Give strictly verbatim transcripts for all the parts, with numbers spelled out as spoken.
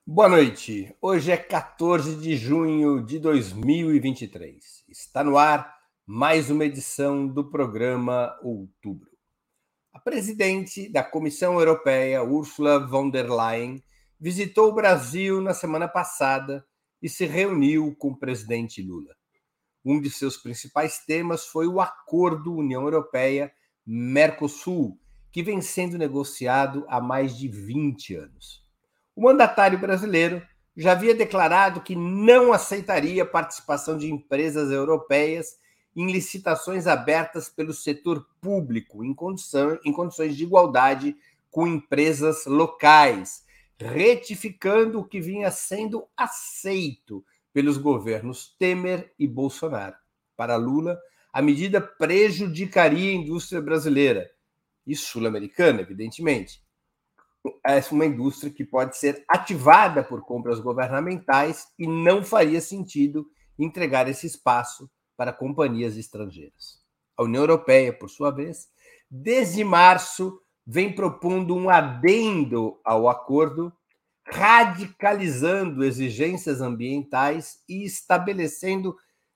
Boa noite. Hoje é quatorze de junho de dois mil e vinte e três. Está no ar mais uma edição do programa Outubro. A presidente da Comissão Europeia, Ursula von der Leyen, visitou o Brasil na semana passada e se reuniu com o presidente Lula. Um de seus principais temas foi o Acordo União Europeia-Mercosul, que vem sendo negociado há mais de vinte anos. O mandatário brasileiro já havia declarado que não aceitaria participação de empresas europeias em licitações abertas pelo setor público, em, condição, em condições de igualdade com empresas locais, retificando o que vinha sendo aceito pelos governos Temer e Bolsonaro. Para Lula, a medida prejudicaria a indústria brasileira e sul-americana, evidentemente. É uma indústria que pode ser ativada por compras governamentais e não faria sentido entregar esse espaço para companhias estrangeiras. A União Europeia, por sua vez, desde março, vem propondo um adendo ao acordo, radicalizando exigências ambientais e estabelecendo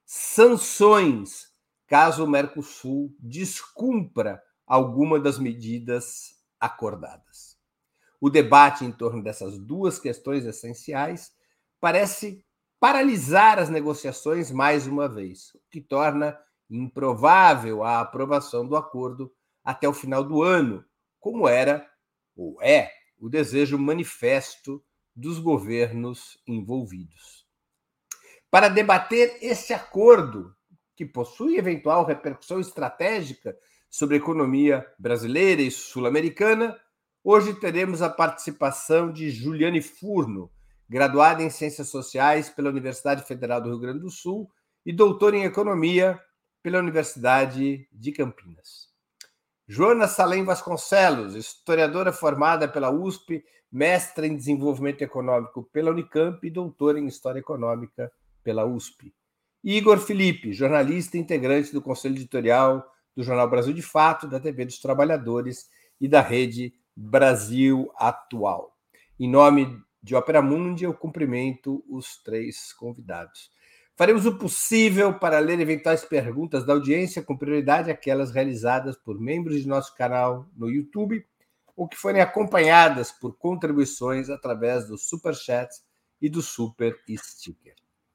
sanções caso o Mercosul descumpra alguma das medidas acordadas. O debate em torno dessas duas questões essenciais parece paralisar as negociações mais uma vez, o que torna improvável a aprovação do acordo até o final do ano, como era ou é o desejo manifesto dos governos envolvidos. Para debater esse acordo, que possui eventual repercussão estratégica sobre a economia brasileira e sul-americana, hoje teremos a participação de Juliane Furno, graduada em Ciências Sociais pela Universidade Federal do Rio Grande do Sul e doutora em Economia pela Universidade de Campinas. Joana Salem Vasconcelos, historiadora formada pela U S P, mestra em Desenvolvimento Econômico pela Unicamp e doutora em História Econômica pela U S P. Igor Felipe, jornalista e integrante do Conselho Editorial do Jornal Brasil de Fato, da T V dos Trabalhadores e da Rede Brasil Atual. Em nome de Opera Mundi, eu cumprimento os três convidados. Faremos o possível para ler eventuais perguntas da audiência, com prioridade aquelas realizadas por membros de nosso canal no YouTube ou que forem acompanhadas por contribuições através do Super Chat e do Super Sticker.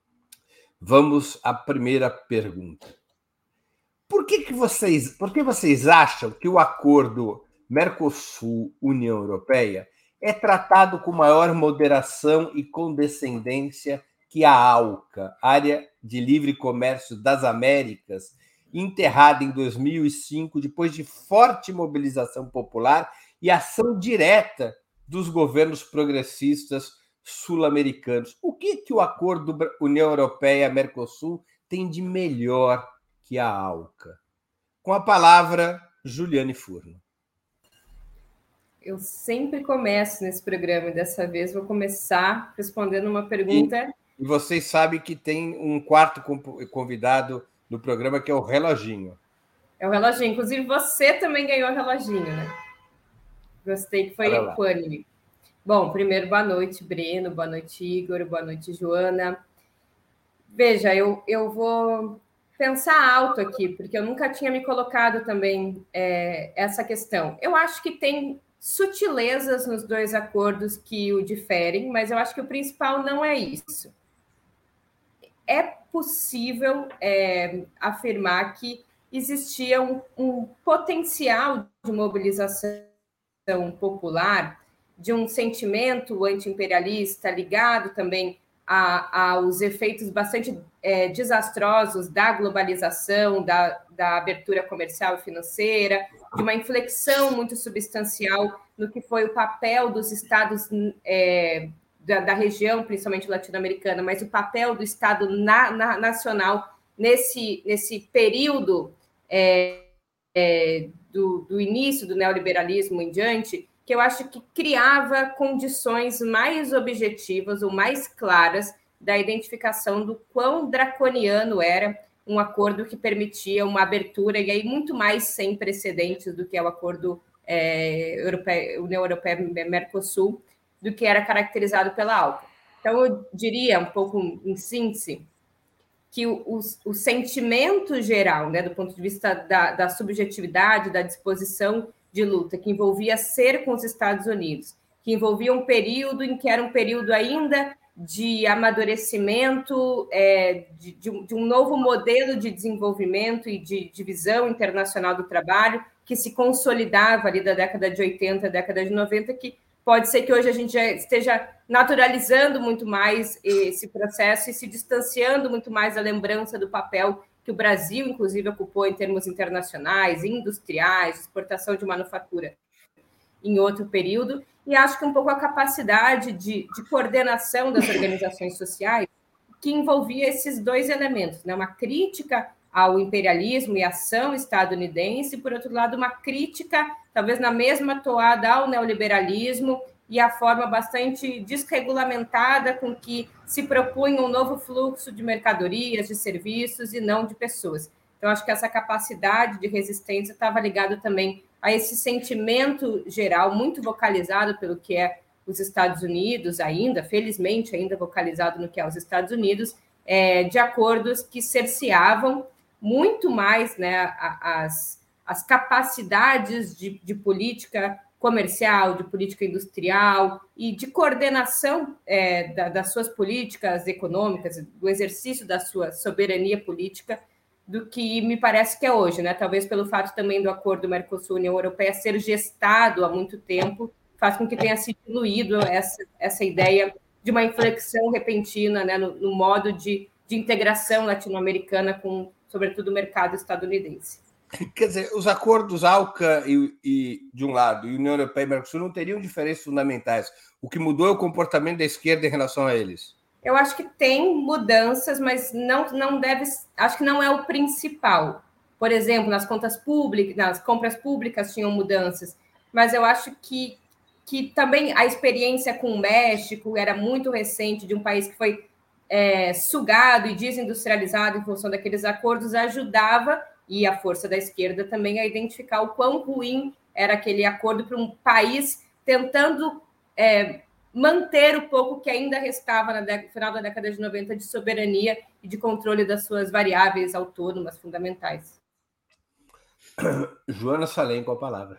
Vamos à primeira pergunta. Por que, que vocês, por que vocês acham que o acordo Mercosul-União Europeia é tratado com maior moderação e condescendência que a ALCA, Área de Livre Comércio das Américas, enterrada em dois mil e cinco, depois de forte mobilização popular e ação direta dos governos progressistas sul-americanos? O que, que o acordo União Europeia-Mercosul tem de melhor que a ALCA? Com a palavra, Juliane Furno. Eu sempre começo nesse programa e dessa vez vou começar respondendo uma pergunta. E, e vocês sabem que tem um quarto convidado no programa que é o Reloginho. É o Reloginho. Inclusive, você também ganhou o Reloginho, né? Gostei que foi equânime. Bom, primeiro, boa noite, Breno, boa noite, Igor, boa noite, Joana. Veja, eu, eu vou pensar alto aqui, porque eu nunca tinha me colocado também é, essa questão. Eu acho que tem sutilezas nos dois acordos que o diferem, mas eu acho que o principal não é isso. É possível é, afirmar que existia um, um potencial de mobilização popular, de um sentimento anti-imperialista ligado também a, aos efeitos bastante é, desastrosos da globalização, da, da abertura comercial e financeira, de uma inflexão muito substancial no que foi o papel dos estados é, da, da região, principalmente latino-americana, mas o papel do Estado na, na, nacional nesse, nesse período é, é, do, do início do neoliberalismo em diante, que eu acho que criava condições mais objetivas ou mais claras da identificação do quão draconiano era um acordo que permitia uma abertura, e aí muito mais sem precedentes do que é o acordo é, Europeia, União Europeia-Mercosul, do que era caracterizado pela ALCA. Então, eu diria, um pouco em síntese, que o, o, o sentimento geral, né, do ponto de vista da, da subjetividade, da disposição de luta, que envolvia ser com os Estados Unidos, que envolvia um período em que era um período ainda de amadurecimento, é, de, de, de um novo modelo de desenvolvimento e de divisão internacional do trabalho, que se consolidava ali da década de oitenta, década de noventa, que pode ser que hoje a gente já esteja naturalizando muito mais esse processo e se distanciando muito mais da lembrança do papel que o Brasil, inclusive, ocupou em termos internacionais, industriais, exportação de manufatura em outro período. E acho que um pouco a capacidade de, de coordenação das organizações sociais que envolvia esses dois elementos, né? Uma crítica ao imperialismo e ação estadunidense, e, por outro lado, uma crítica, talvez na mesma toada, ao neoliberalismo e a forma bastante desregulamentada com que se propunha um novo fluxo de mercadorias, de serviços e não de pessoas. Então, acho que essa capacidade de resistência estava ligada também a esse sentimento geral, muito vocalizado pelo que é os Estados Unidos, ainda, felizmente, ainda vocalizado no que é os Estados Unidos, é, de acordos que cerceavam muito mais, né, as, as capacidades de, de política comercial, de política industrial e de coordenação é, da, das suas políticas econômicas, do exercício da sua soberania política, do que me parece que é hoje, né? Talvez pelo fato também do acordo Mercosul-União Europeia ser gestado há muito tempo, faz com que tenha se diluído essa, essa ideia de uma inflexão repentina, né, no, no modo de, de integração latino-americana com, sobretudo, o mercado estadunidense. Quer dizer, os acordos ALCA e, e, de um lado e União Europeia e Mercosul não teriam diferenças fundamentais. O que mudou é o comportamento da esquerda em relação a eles. Eu acho que tem mudanças, mas não, não deve, acho que não é o principal. Por exemplo, nas contas públicas, nas compras públicas tinham mudanças, mas eu acho que, que também a experiência com o México era muito recente, de um país que foi é, sugado e desindustrializado em função daqueles acordos, ajudava, e a força da esquerda também, a identificar o quão ruim era aquele acordo para um país tentando é, manter o pouco que ainda restava no final da década de noventa de soberania e de controle das suas variáveis autônomas fundamentais. Joana Salem, com a palavra.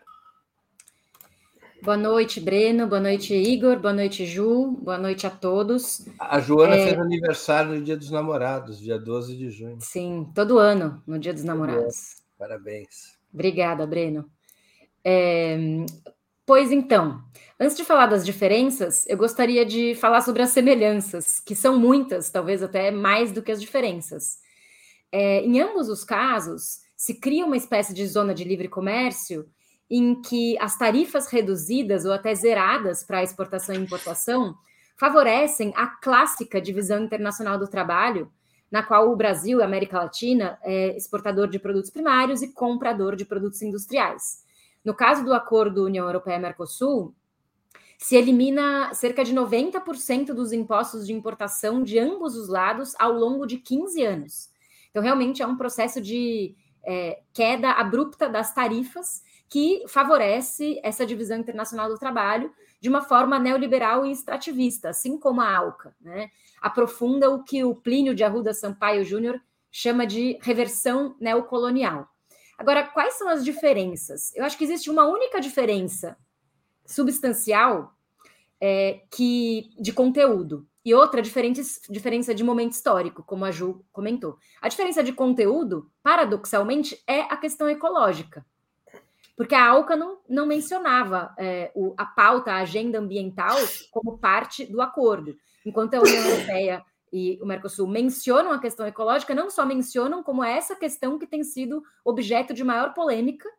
Boa noite, Breno. Boa noite, Igor. Boa noite, Ju. Boa noite a todos. A Joana é... fez aniversário no Dia dos Namorados, dia doze de junho. Sim, todo ano, no Dia dos Namorados. Parabéns. Obrigada, Breno. É... Pois então, antes de falar das diferenças, eu gostaria de falar sobre as semelhanças, que são muitas, talvez até mais do que as diferenças. É, em ambos os casos, se cria uma espécie de zona de livre comércio em que as tarifas reduzidas ou até zeradas para a exportação e importação favorecem a clássica divisão internacional do trabalho, na qual o Brasil e a América Latina é exportador de produtos primários e comprador de produtos industriais. No caso do acordo União Europeia-Mercosul, se elimina cerca de noventa por cento dos impostos de importação de ambos os lados ao longo de quinze anos. Então, realmente é um processo de é, queda abrupta das tarifas que favorece essa divisão internacional do trabalho de uma forma neoliberal e extrativista, assim como a ALCA, né? Aprofunda o que o Plínio de Arruda Sampaio Júnior chama de reversão neocolonial. Agora, quais são as diferenças? Eu acho que existe uma única diferença substancial é, que, de conteúdo e outra diferente, diferença de momento histórico, como a Ju comentou. A diferença de conteúdo, paradoxalmente, é a questão ecológica. Porque a ALCA não, não mencionava é, o, a pauta, a agenda ambiental como parte do acordo, enquanto a União Europeia e o Mercosul mencionam a questão ecológica, não só mencionam, como é essa questão que tem sido objeto de maior polêmica,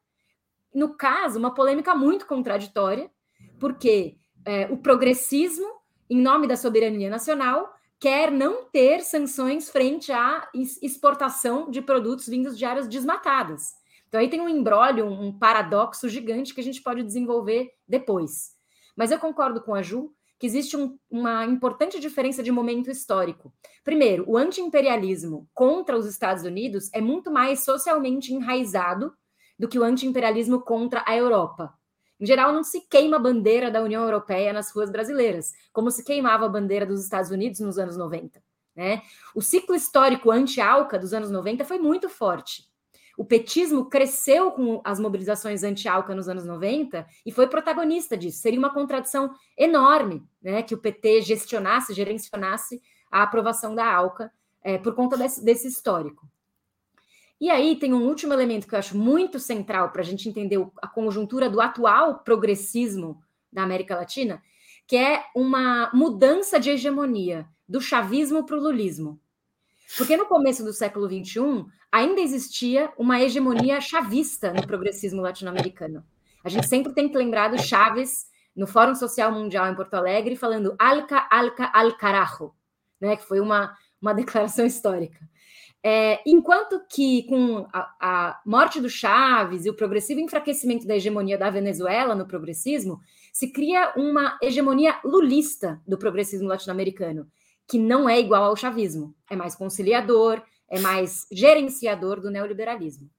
no caso, uma polêmica muito contraditória, porque é, o progressismo, em nome da soberania nacional, quer não ter sanções frente à exportação de produtos vindos de áreas desmatadas. Então, aí tem um imbróglio, um paradoxo gigante que a gente pode desenvolver depois. Mas eu concordo com a Ju que existe um, uma importante diferença de momento histórico. Primeiro, o anti-imperialismo contra os Estados Unidos é muito mais socialmente enraizado do que o anti-imperialismo contra a Europa. Em geral, não se queima a bandeira da União Europeia nas ruas brasileiras, como se queimava a bandeira dos Estados Unidos nos anos noventa. Né? O ciclo histórico anti-ALCA dos anos noventa foi muito forte. O petismo cresceu com as mobilizações anti-ALCA nos anos noventa e foi protagonista disso. Seria uma contradição enorme, né, que o P T gestionasse, gerenciasse a aprovação da ALCA é, por conta desse, desse histórico. E aí tem um último elemento que eu acho muito central para a gente entender a conjuntura do atual progressismo da América Latina, que é uma mudança de hegemonia do chavismo para o lulismo. Porque no começo do século vinte e um, ainda existia uma hegemonia chavista no progressismo latino-americano. A gente sempre tem que lembrar do Chávez, no Fórum Social Mundial em Porto Alegre, falando Alca, Alca, al carajo, né, que foi uma, uma declaração histórica. É, enquanto que com a, a morte do Chávez e o progressivo enfraquecimento da hegemonia da Venezuela no progressismo, se cria uma hegemonia lulista do progressismo latino-americano, que não é igual ao chavismo, é mais conciliador, é mais gerenciador do neoliberalismo.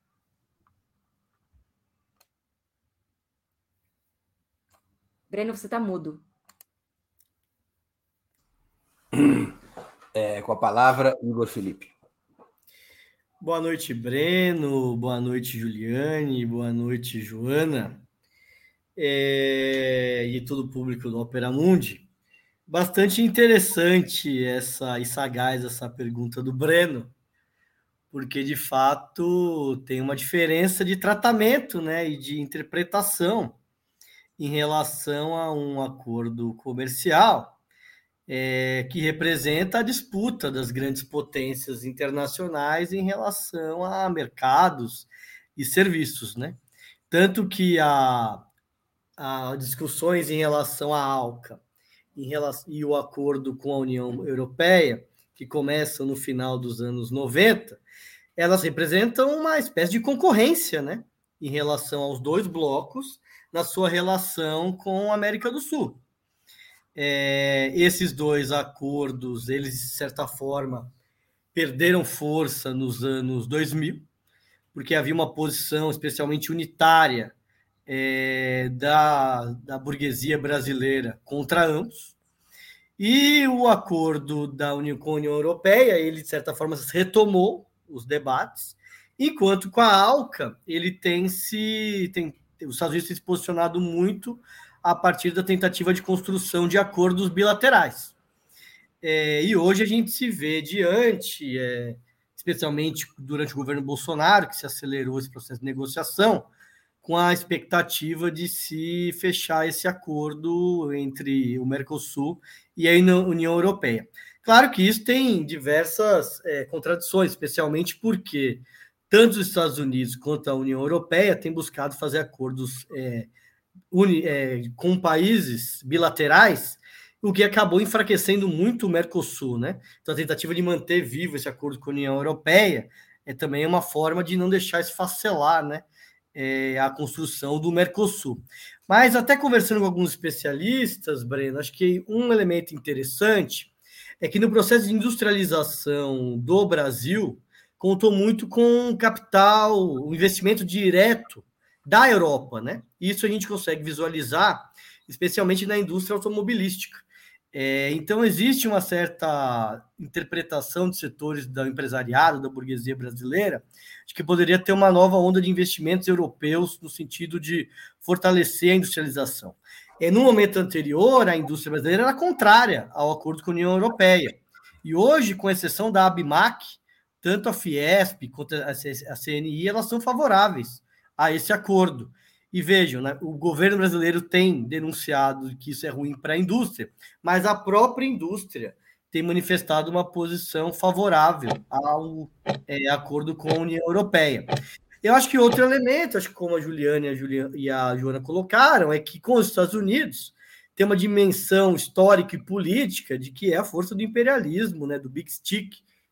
Breno, você está mudo. É, com a palavra, Igor Felipe. Boa noite, Breno. Boa noite, Juliane. Boa noite, Joana. É, e todo o público do Opera Mundi. Bastante interessante essa, e sagaz essa pergunta do Breno, porque, de fato, tem uma diferença de tratamento, né, e de interpretação em relação a um acordo comercial é, que representa a disputa das grandes potências internacionais em relação a mercados e serviços, né? Tanto que a, a discussões em relação à ALCA em relação, e o acordo com a União Europeia, que começam no final dos anos noventa, elas representam uma espécie de concorrência, né, em relação aos dois blocos na sua relação com a América do Sul. É, esses dois acordos, eles, de certa forma, perderam força nos anos dois mil, porque havia uma posição especialmente unitária é, da, da burguesia brasileira contra ambos. E o acordo da União com a União Europeia, ele, de certa forma, retomou os debates, enquanto com a ALCA, ele tem se... Tem, os Estados Unidos tem se posicionado muito a partir da tentativa de construção de acordos bilaterais. É, e hoje a gente se vê diante, é, especialmente durante o governo Bolsonaro, que se acelerou esse processo de negociação, com a expectativa de se fechar esse acordo entre o Mercosul e a União Europeia. Claro que isso tem diversas é, contradições, especialmente porque tanto os Estados Unidos quanto a União Europeia têm buscado fazer acordos é, uni, é, com países bilaterais, o que acabou enfraquecendo muito o Mercosul, né? Então, a tentativa de manter vivo esse acordo com a União Europeia é também uma forma de não deixar esfacelar, né, é, a construção do Mercosul. Mas, até conversando com alguns especialistas, Breno, acho que um elemento interessante é que no processo de industrialização do Brasil, contou muito com capital, o investimento direto da Europa, né? Isso a gente consegue visualizar, especialmente na indústria automobilística. É, então, existe uma certa interpretação de setores do empresariado, da burguesia brasileira, de que poderia ter uma nova onda de investimentos europeus no sentido de fortalecer a industrialização. É, no momento anterior, a indústria brasileira era contrária ao acordo com a União Europeia. E hoje, com exceção da ABMAC, tanto a Fiesp quanto a C N I, elas são favoráveis a esse acordo. E vejam, né, o governo brasileiro tem denunciado que isso é ruim para a indústria, mas a própria indústria tem manifestado uma posição favorável ao é, acordo com a União Europeia. Eu acho que outro elemento, acho que como a Juliane e a, Juliana, e a Joana colocaram, é que com os Estados Unidos tem uma dimensão histórica e política de que é a força do imperialismo, né, do Big Stick,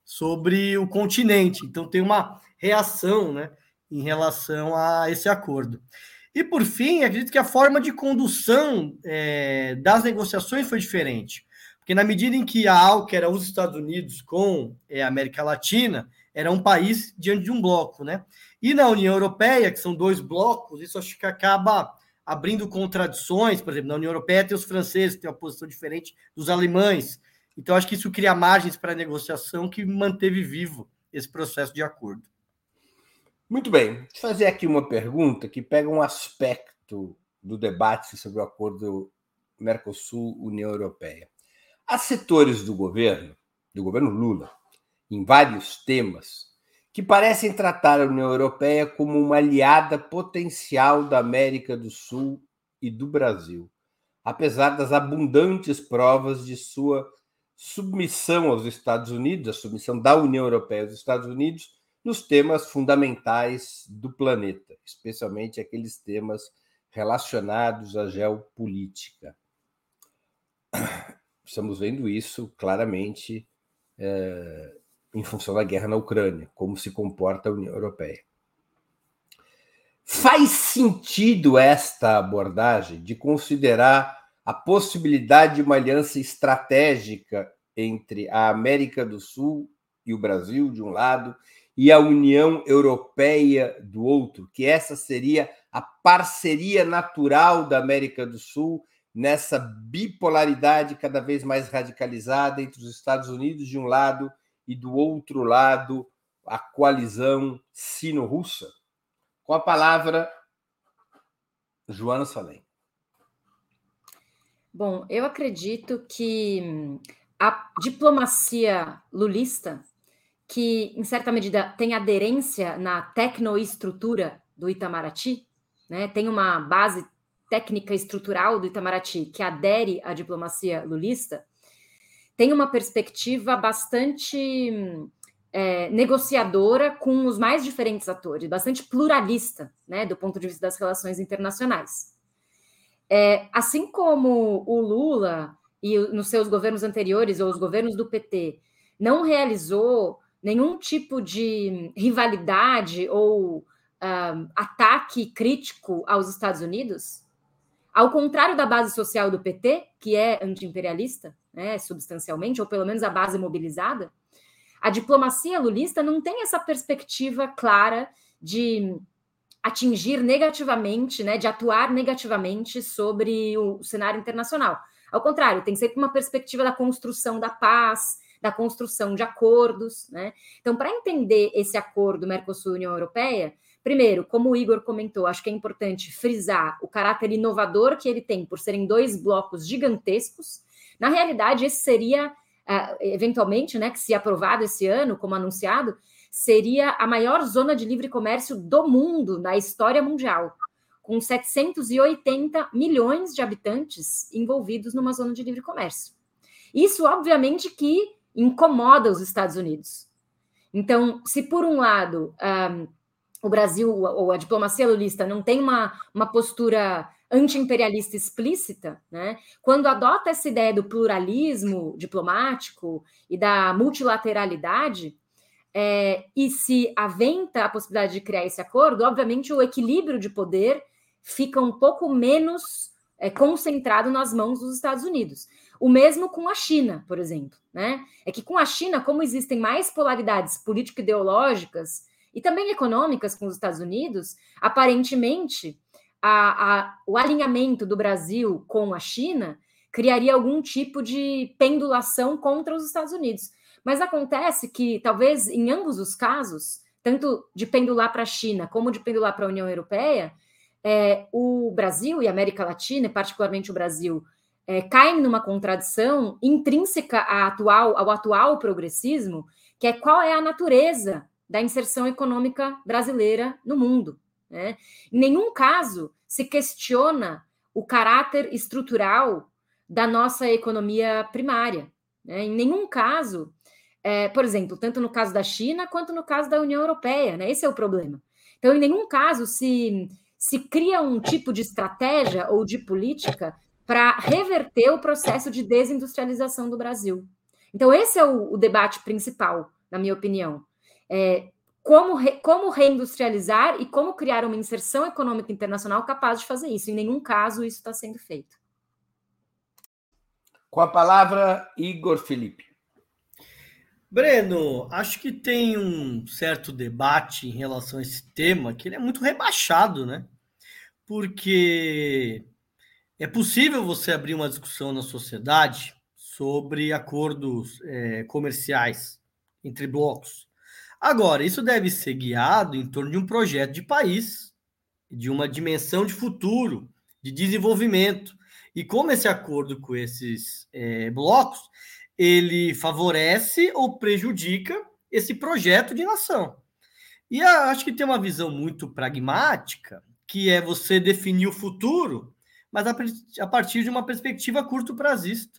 sobre o continente. Então, tem uma reação, né, em relação a esse acordo. E, por fim, acredito que a forma de condução é, das negociações foi diferente. Porque, na medida em que a ALCA era os Estados Unidos com é, a América Latina, era um país diante de um bloco, né? E na União Europeia, que são dois blocos, isso acho que acaba abrindo contradições. Por exemplo, na União Europeia tem os franceses que têm uma posição diferente dos alemães. Então, acho que isso cria margens para a negociação que manteve vivo esse processo de acordo. Muito bem. Deixa eu fazer aqui uma pergunta que pega um aspecto do debate sobre o acordo Mercosul-União Europeia. Há setores do governo, do governo Lula, em vários temas, que parecem tratar a União Europeia como uma aliada potencial da América do Sul e do Brasil, apesar das abundantes provas de sua submissão aos Estados Unidos, a submissão da União Europeia aos Estados Unidos, nos temas fundamentais do planeta, especialmente aqueles temas relacionados à geopolítica. Estamos vendo isso claramente é, em função da guerra na Ucrânia, como se comporta a União Europeia. Faz sentido esta abordagem de considerar a possibilidade de uma aliança estratégica entre a América do Sul e o Brasil, de um lado, e a União Europeia, do outro, que essa seria a parceria natural da América do Sul nessa bipolaridade cada vez mais radicalizada entre os Estados Unidos, de um lado, e do outro lado, a coalizão sino-russa? Com a palavra, Joana Salem. Bom, eu acredito que a diplomacia lulista, que, em certa medida, tem aderência na tecnoestrutura do Itamaraty, né? Tem uma base técnica estrutural do Itamaraty que adere à diplomacia lulista, tem uma perspectiva bastante é, negociadora com os mais diferentes atores, bastante pluralista, né, do ponto de vista das relações internacionais. É, assim como o Lula, e nos seus governos anteriores, ou os governos do P T, não realizou nenhum tipo de rivalidade ou uh, ataque crítico aos Estados Unidos, ao contrário da base social do P T, que é anti-imperialista, né, substancialmente, ou pelo menos a base mobilizada, a diplomacia lulista não tem essa perspectiva clara de atingir negativamente, né, de atuar negativamente sobre o cenário internacional. Ao contrário, tem sempre uma perspectiva da construção da paz, da construção de acordos, né? Então, para entender esse acordo Mercosul-União Europeia, primeiro, como o Igor comentou, acho que é importante frisar o caráter inovador que ele tem por serem dois blocos gigantescos. Na realidade, esse seria, uh, eventualmente, né, que se aprovado esse ano, como anunciado, seria a maior zona de livre comércio do mundo, na história mundial, com setecentos e oitenta milhões de habitantes envolvidos numa zona de livre comércio. Isso, obviamente, que incomoda os Estados Unidos. Então, se por um lado um, o Brasil ou a diplomacia lulista não tem uma, uma postura anti-imperialista explícita, né, quando adota essa ideia do pluralismo diplomático e da multilateralidade, é, e se aventa a possibilidade de criar esse acordo, obviamente o equilíbrio de poder fica um pouco menos é, concentrado nas mãos dos Estados Unidos. O mesmo com a China, por exemplo, né? É que com a China, como existem mais polaridades político-ideológicas e também econômicas com os Estados Unidos, aparentemente a, a, o alinhamento do Brasil com a China criaria algum tipo de pendulação contra os Estados Unidos. Mas acontece que, talvez, em ambos os casos, tanto de pendular para a China como de pendular para a União Europeia, é, o Brasil e a América Latina, e particularmente o Brasil, é, caem numa contradição intrínseca à atual, ao atual progressismo, que é qual é a natureza da inserção econômica brasileira no mundo, né? Em nenhum caso se questiona o caráter estrutural da nossa economia primária, né? Em nenhum caso... É, por exemplo, tanto no caso da China quanto no caso da União Europeia, né? Esse é o problema. Então, em nenhum caso se, se cria um tipo de estratégia ou de política para reverter o processo de desindustrialização do Brasil. Então, esse é o, o debate principal, na minha opinião. É, como, re, como reindustrializar e como criar uma inserção econômica internacional capaz de fazer isso. Em nenhum caso isso está sendo feito. Com a palavra, Igor Felipe. Breno, acho que tem um certo debate em relação a esse tema, que ele é muito rebaixado, né? porque é possível você abrir uma discussão na sociedade sobre acordos é, comerciais entre blocos. Agora, isso deve ser guiado em torno de um projeto de país, de uma dimensão de futuro, de desenvolvimento. E como esse acordo com esses é, blocos, ele favorece ou prejudica esse projeto de nação. E a, acho que tem uma visão muito pragmática, que é você definir o futuro, mas a, a partir de uma perspectiva curto-prazista.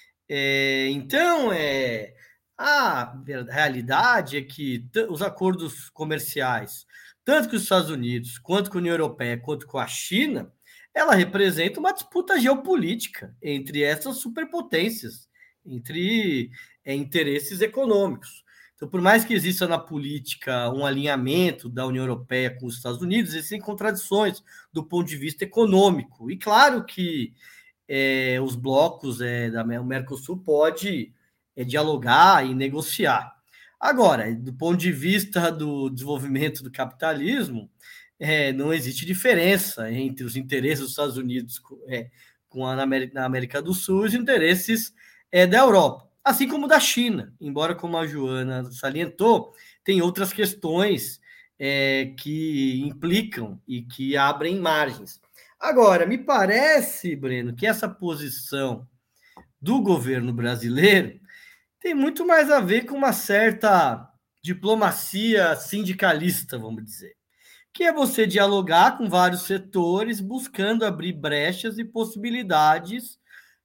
É, então, é, a realidade é que os acordos comerciais, tanto com os Estados Unidos, quanto com a União Europeia, quanto com a China, ela representa uma disputa geopolítica entre essas superpotências, entre é, interesses econômicos. Então, por mais que exista na política um alinhamento da União Europeia com os Estados Unidos, existem contradições do ponto de vista econômico. E claro que é, os blocos é, da o Mercosul pode é, dialogar e negociar. Agora, do ponto de vista do desenvolvimento do capitalismo, é, não existe diferença entre os interesses dos Estados Unidos é, com a, na, América, na América do Sul e os interesses é, da Europa, assim como da China, embora, como a Joana salientou, tem outras questões é, que implicam e que abrem margens. Agora, me parece, Breno, que essa posição do governo brasileiro tem muito mais a ver com uma certa diplomacia sindicalista, vamos dizer, que é você dialogar com vários setores, buscando abrir brechas e possibilidades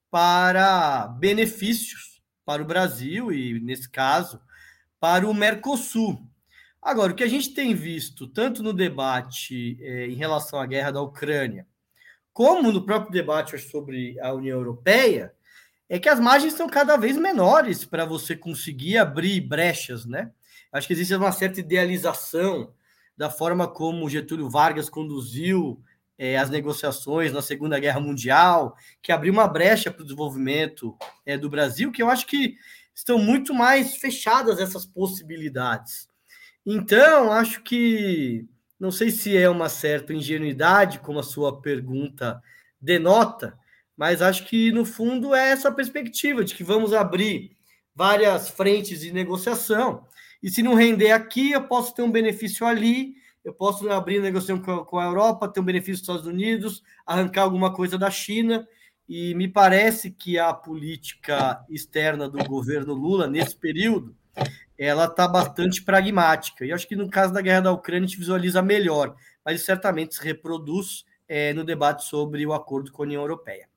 para benefícios para o Brasil e, nesse caso, para o Mercosul. Agora, o que a gente tem visto, tanto no debate eh, em relação à guerra da Ucrânia, como no próprio debate sobre a União Europeia, é que as margens são cada vez menores para você conseguir abrir brechas, né? Acho que existe uma certa idealização da forma como Getúlio Vargas conduziu é, as negociações na Segunda Guerra Mundial, que abriu uma brecha para o desenvolvimento é, do Brasil, que eu acho que estão muito mais fechadas essas possibilidades. Então, acho que, não sei se é uma certa ingenuidade, como a sua pergunta denota, mas acho que, no fundo, é essa perspectiva de que vamos abrir várias frentes de negociação, e se não render aqui, eu posso ter um benefício ali, eu posso abrir negociação com a Europa, ter um benefício dos Estados Unidos, arrancar alguma coisa da China, e me parece que a política externa do governo Lula, nesse período, ela está bastante pragmática. E acho que no caso da guerra da Ucrânia a gente visualiza melhor, mas isso certamente se reproduz é, no debate sobre o acordo com a União Europeia.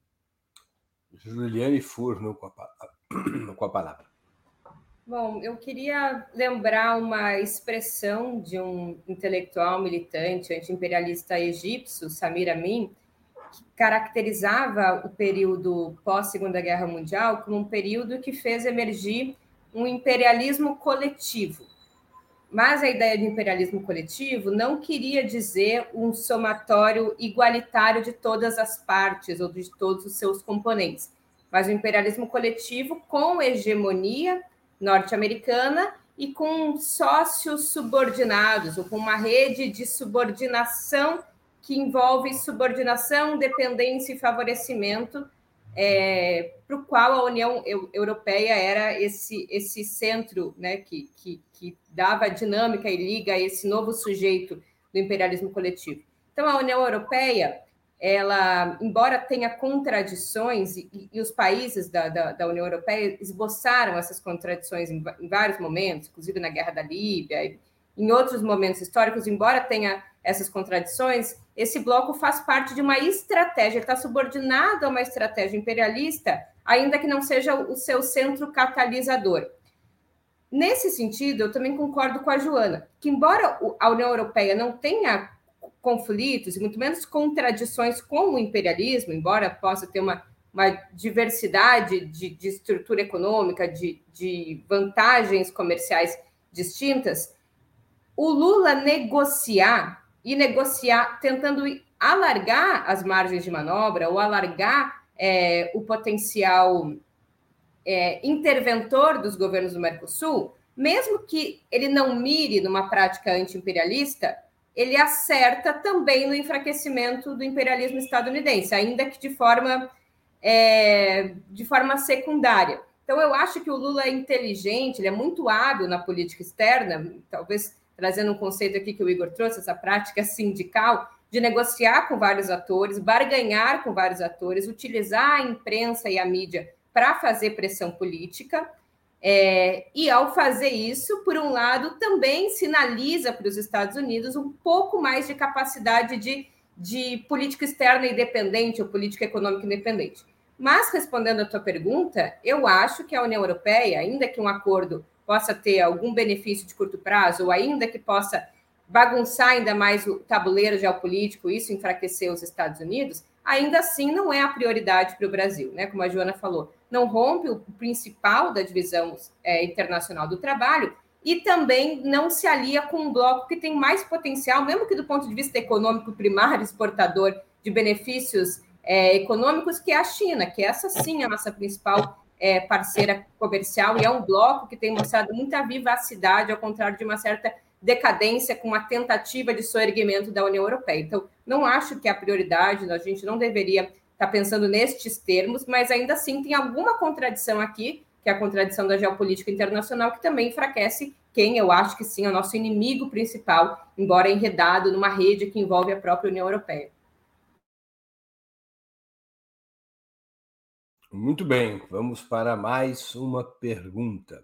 Juliane Furno com a, com a palavra. Bom, eu queria lembrar uma expressão de um intelectual militante anti-imperialista egípcio, Samir Amin, que caracterizava o período pós-Segunda Guerra Mundial como um período que fez emergir um imperialismo coletivo. Mas a ideia de imperialismo coletivo não queria dizer um somatório igualitário de todas as partes ou de todos os seus componentes, mas o imperialismo coletivo com hegemonia norte-americana e com sócios subordinados, ou com uma rede de subordinação que envolve subordinação, dependência e favorecimento, é, para o qual a União Europeia era esse, esse centro, né, que, que, que dava dinâmica e liga a esse novo sujeito do imperialismo coletivo. Então, a União Europeia, ela, embora tenha contradições, e, e os países da, da, da União Europeia esboçaram essas contradições em, em vários momentos, inclusive na Guerra da Líbia, em outros momentos históricos, embora tenha essas contradições, esse bloco faz parte de uma estratégia, está subordinado a uma estratégia imperialista, ainda que não seja o seu centro catalisador. Nesse sentido, eu também concordo com a Joana, que embora a União Europeia não tenha conflitos, e muito menos contradições com o imperialismo, embora possa ter uma, uma diversidade de, de estrutura econômica, de, de vantagens comerciais distintas, o Lula negociar e negociar, tentando alargar as margens de manobra ou alargar é, o potencial é, interventor dos governos do Mercosul, mesmo que ele não mire numa prática anti-imperialista, ele acerta também no enfraquecimento do imperialismo estadunidense, ainda que de forma, é, de forma secundária. Então, eu acho que o Lula é inteligente, ele é muito hábil na política externa, talvez trazendo um conceito aqui que o Igor trouxe, essa prática sindical, de negociar com vários atores, barganhar com vários atores, utilizar a imprensa e a mídia para fazer pressão política. É, e, ao fazer isso, por um lado, também sinaliza para os Estados Unidos um pouco mais de capacidade de, de política externa independente ou política econômica independente. Mas, respondendo a tua pergunta, eu acho que a União Europeia, ainda que um acordo possa ter algum benefício de curto prazo, ou ainda que possa bagunçar ainda mais o tabuleiro geopolítico, isso enfraquecer os Estados Unidos, ainda assim não é a prioridade para o Brasil, né? Como a Joana falou, não rompe o principal da divisão é, internacional do trabalho e também não se alia com um bloco que tem mais potencial, mesmo que do ponto de vista econômico primário, exportador de benefícios é, econômicos, que é a China, que essa sim é a nossa principal é, parceira comercial e é um bloco que tem mostrado muita vivacidade, ao contrário de uma certa decadência com uma tentativa de soerguimento da União Europeia. Então, não acho que a prioridade, a gente não deveria estar pensando nestes termos, mas ainda assim tem alguma contradição aqui, que é a contradição da geopolítica internacional, que também enfraquece quem eu acho que sim é o nosso inimigo principal, embora enredado numa rede que envolve a própria União Europeia. Muito bem, vamos para mais uma pergunta.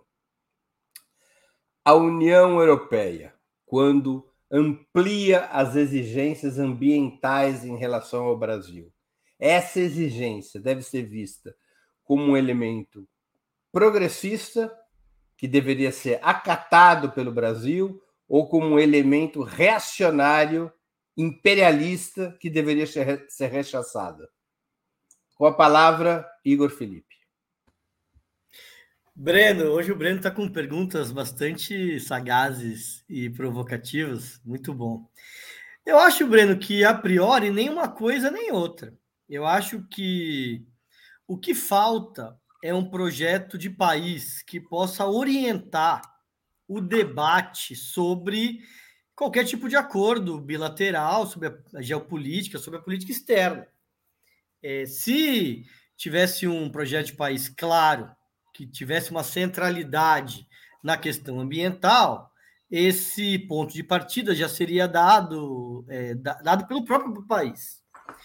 A União Europeia, quando amplia as exigências ambientais em relação ao Brasil, essa exigência deve ser vista como um elemento progressista que deveria ser acatado pelo Brasil ou como um elemento reacionário, imperialista que deveria ser rechaçado? Com a palavra, Igor Felipe. Breno, hoje o Breno está com perguntas bastante sagazes e provocativas, muito bom. Eu acho, Breno, que a priori nem uma coisa nem outra. Eu acho que o que falta é um projeto de país que possa orientar o debate sobre qualquer tipo de acordo bilateral, sobre a geopolítica, sobre a política externa. É, se tivesse um projeto de país claro, que tivesse uma centralidade na questão ambiental, esse ponto de partida já seria dado, é, dado pelo próprio país.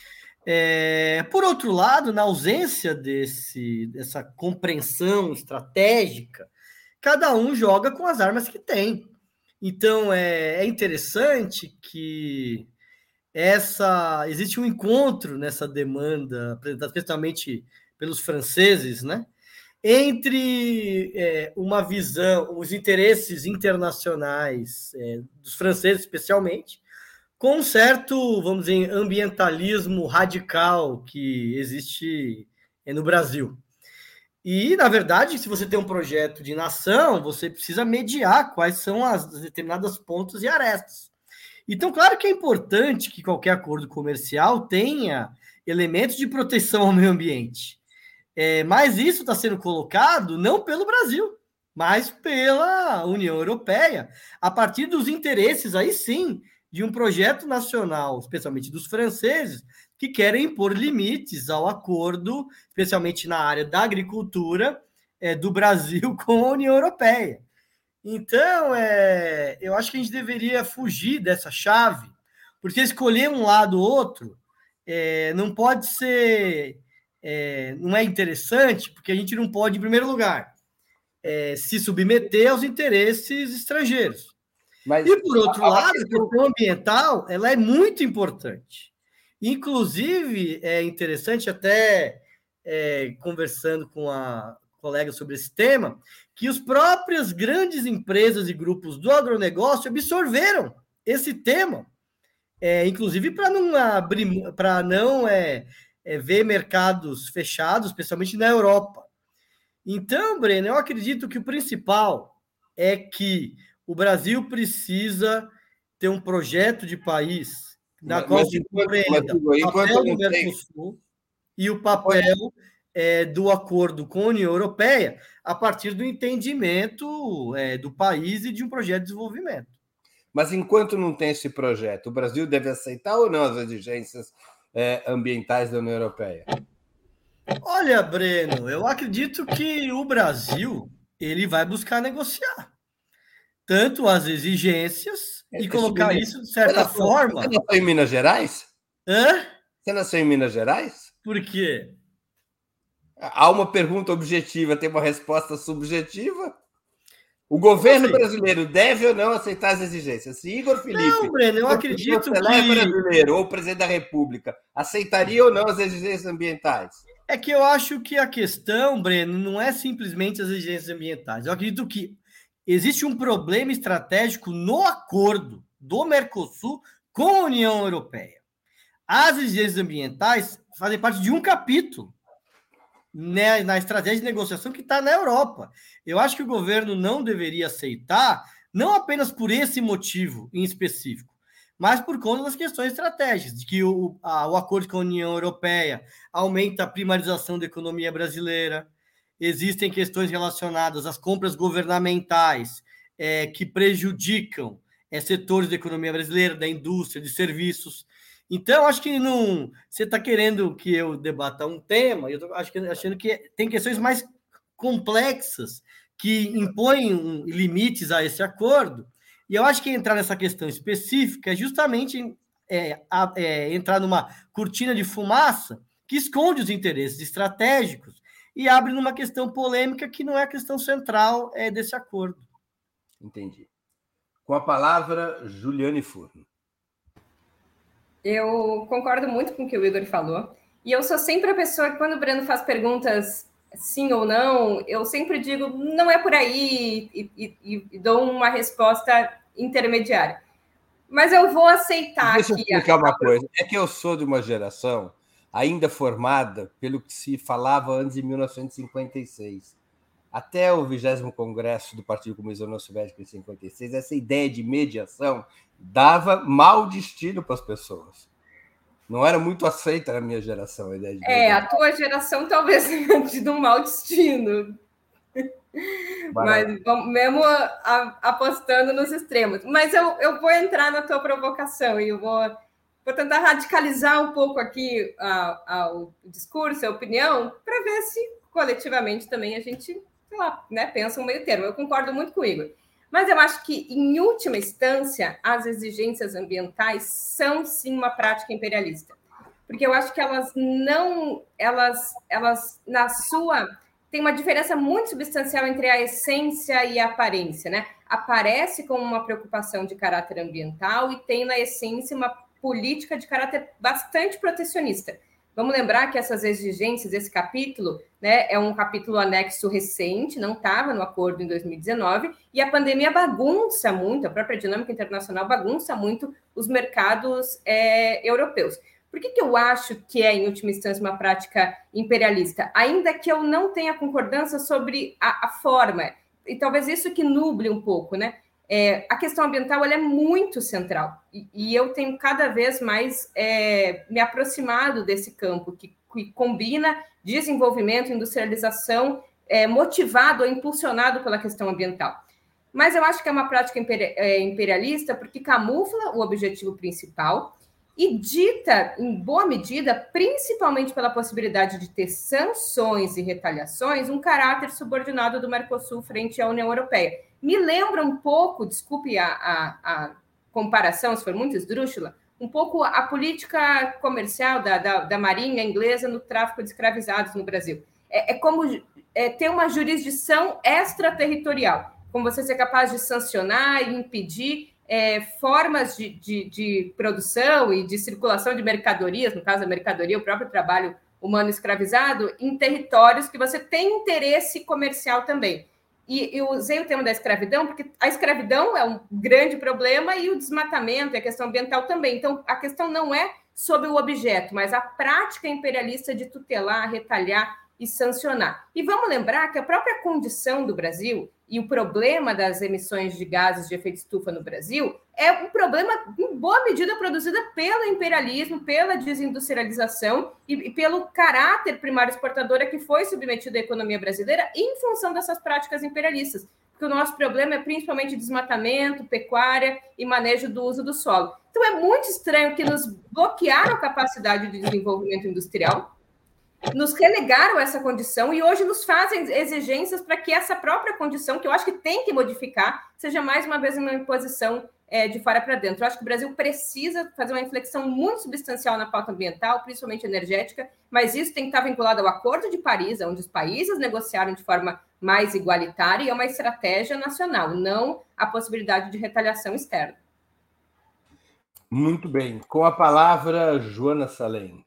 É, por outro lado, na ausência desse, dessa compreensão estratégica, cada um joga com as armas que tem. Então, é, é interessante que essa existe um encontro nessa demanda, apresentada especialmente pelos franceses, né? Entre é, uma visão, os interesses internacionais é, dos franceses, especialmente, com um certo, vamos dizer, ambientalismo radical que existe é, no Brasil. E, na verdade, se você tem um projeto de nação, você precisa mediar quais são as determinadas pontos e arestas. Então, claro que é importante que qualquer acordo comercial tenha elementos de proteção ao meio ambiente. É, mas isso está sendo colocado não pelo Brasil, mas pela União Europeia, a partir dos interesses, aí sim, de um projeto nacional, especialmente dos franceses, que querem impor limites ao acordo, especialmente na área da agricultura, é, do Brasil com a União Europeia. Então, é, eu acho que a gente deveria fugir dessa chave, porque escolher um lado ou outro é, não pode ser... É, não é interessante, porque a gente não pode, em primeiro lugar, é, se submeter aos interesses estrangeiros. Mas, e, por outro lado, a questão ambiental ela é muito importante. Inclusive, é interessante, até é, conversando com a colega sobre esse tema, que as próprias grandes empresas e grupos do agronegócio absorveram esse tema, é, inclusive para não abrir, para não... É, É ver mercados fechados, especialmente na Europa. Então, Breno, eu acredito que o principal é que o Brasil precisa ter um projeto de país na mas, qual se compreenda o papel do Mercosul e o papel é, do acordo com a União Europeia a partir do entendimento é, do país e de um projeto de desenvolvimento. Mas enquanto não tem esse projeto, o Brasil deve aceitar ou não as exigências é, ambientais da União Europeia? Olha, Breno, eu acredito que o Brasil ele vai buscar negociar tanto as exigências e colocar isso de certa você forma. Você nasceu em Minas Gerais? Hã? Você nasceu em Minas Gerais? Por quê? Há uma pergunta objetiva, tem uma resposta subjetiva? O governo Assim? brasileiro deve ou não aceitar as exigências? Se Igor Felipe, Não, Breno, eu acredito que brasileiro ou presidente da República, aceitaria ou não as exigências ambientais? É que eu acho que a questão, Breno, não é simplesmente as exigências ambientais. Eu acredito que existe um problema estratégico no acordo do Mercosul com a União Europeia. As exigências ambientais fazem parte de um capítulo, né, na estratégia de negociação que está na Europa. Eu acho que o governo não deveria aceitar, não apenas por esse motivo em específico, mas por conta das questões estratégicas, de que o, a, o acordo com a União Europeia aumenta a primarização da economia brasileira, existem questões relacionadas às compras governamentais é, que prejudicam é, setores da economia brasileira, da indústria, de serviços. Então, acho que não. Você está querendo que eu debata um tema, eu estou achando que tem questões mais complexas que impõem limites a esse acordo. E eu acho que entrar nessa questão específica é justamente é, é, entrar numa cortina de fumaça que esconde os interesses estratégicos e abre numa questão polêmica que não é a questão central é, desse acordo. Entendi. Com a palavra, Juliane Furno. Eu concordo muito com o que o Igor falou. E eu sou sempre a pessoa que, quando o Breno faz perguntas sim ou não, eu sempre digo, não é por aí, e, e, e dou uma resposta intermediária. Mas eu vou aceitar Deixa aqui. Deixa eu explicar a... uma coisa. É que eu sou de uma geração ainda formada pelo que se falava antes de mil novecentos e cinquenta e seis. Até o vigésimo Congresso do Partido Comunista da União Soviética em cinquenta e seis, essa ideia de mediação dava mau destino para as pessoas. Não era muito aceita na minha geração a ideia de mediação. É, a tua geração talvez tenha tido um mau destino. Mas vamos, mesmo a, apostando nos extremos. Mas eu, eu vou entrar na tua provocação e eu vou, vou tentar radicalizar um pouco aqui a, a, o discurso, a opinião, para ver se coletivamente também a gente, sei lá, né, pensa um meio termo. Eu concordo muito com o Igor. Mas eu acho que, em última instância, as exigências ambientais são, sim, uma prática imperialista. Porque eu acho que elas não... Elas, elas na sua... Tem uma diferença muito substancial entre a essência e a aparência, né? Aparece como uma preocupação de caráter ambiental e tem, na essência, uma política de caráter bastante protecionista. Vamos lembrar que essas exigências, esse capítulo, né, é um capítulo anexo recente, não estava no acordo em dois mil e dezenove, e a pandemia bagunça muito, a própria dinâmica internacional bagunça muito os mercados é, europeus. Por que, que eu acho que é, em última instância, uma prática imperialista? Ainda que eu não tenha concordância sobre a, a forma, e talvez isso que nuble um pouco, né? É, a questão ambiental ela é muito central, e, e eu tenho cada vez mais é, me aproximado desse campo, que, que combina desenvolvimento, industrialização, é, motivado ou impulsionado pela questão ambiental. Mas eu acho que é uma prática imperialista porque camufla o objetivo principal e dita, em boa medida, principalmente pela possibilidade de ter sanções e retaliações, um caráter subordinado do Mercosul frente à União Europeia. Me lembra um pouco, desculpe a, a, a comparação, se for muito esdrúxula, um pouco a política comercial da, da, da Marinha inglesa no tráfico de escravizados no Brasil. É, é como é, ter uma jurisdição extraterritorial, como você ser capaz de sancionar e impedir É, formas de, de, de produção e de circulação de mercadorias, no caso da mercadoria, o próprio trabalho humano escravizado, em territórios que você tem interesse comercial também. E eu usei o termo da escravidão porque a escravidão é um grande problema e o desmatamento e a questão ambiental também. Então, a questão não é sobre o objeto, mas a prática imperialista de tutelar, retalhar e sancionar. E vamos lembrar que a própria condição do Brasil e o problema das emissões de gases de efeito estufa no Brasil é um problema, em boa medida, produzido pelo imperialismo, pela desindustrialização e, e pelo caráter primário exportador a que foi submetida a economia brasileira em função dessas práticas imperialistas. que o nosso problema é principalmente desmatamento, pecuária e manejo do uso do solo. Então, é muito estranho que nos bloquearam a capacidade de desenvolvimento industrial, nos relegaram a essa condição e hoje nos fazem exigências para que essa própria condição, que eu acho que tem que modificar, seja mais uma vez uma imposição é, de fora para dentro. Eu acho que o Brasil precisa fazer uma inflexão muito substancial na pauta ambiental, principalmente energética, mas isso tem que estar vinculado ao Acordo de Paris, onde os países negociaram de forma mais igualitária e é uma estratégia nacional, não a possibilidade de retaliação externa. Muito bem. Com a palavra, Joana Salem.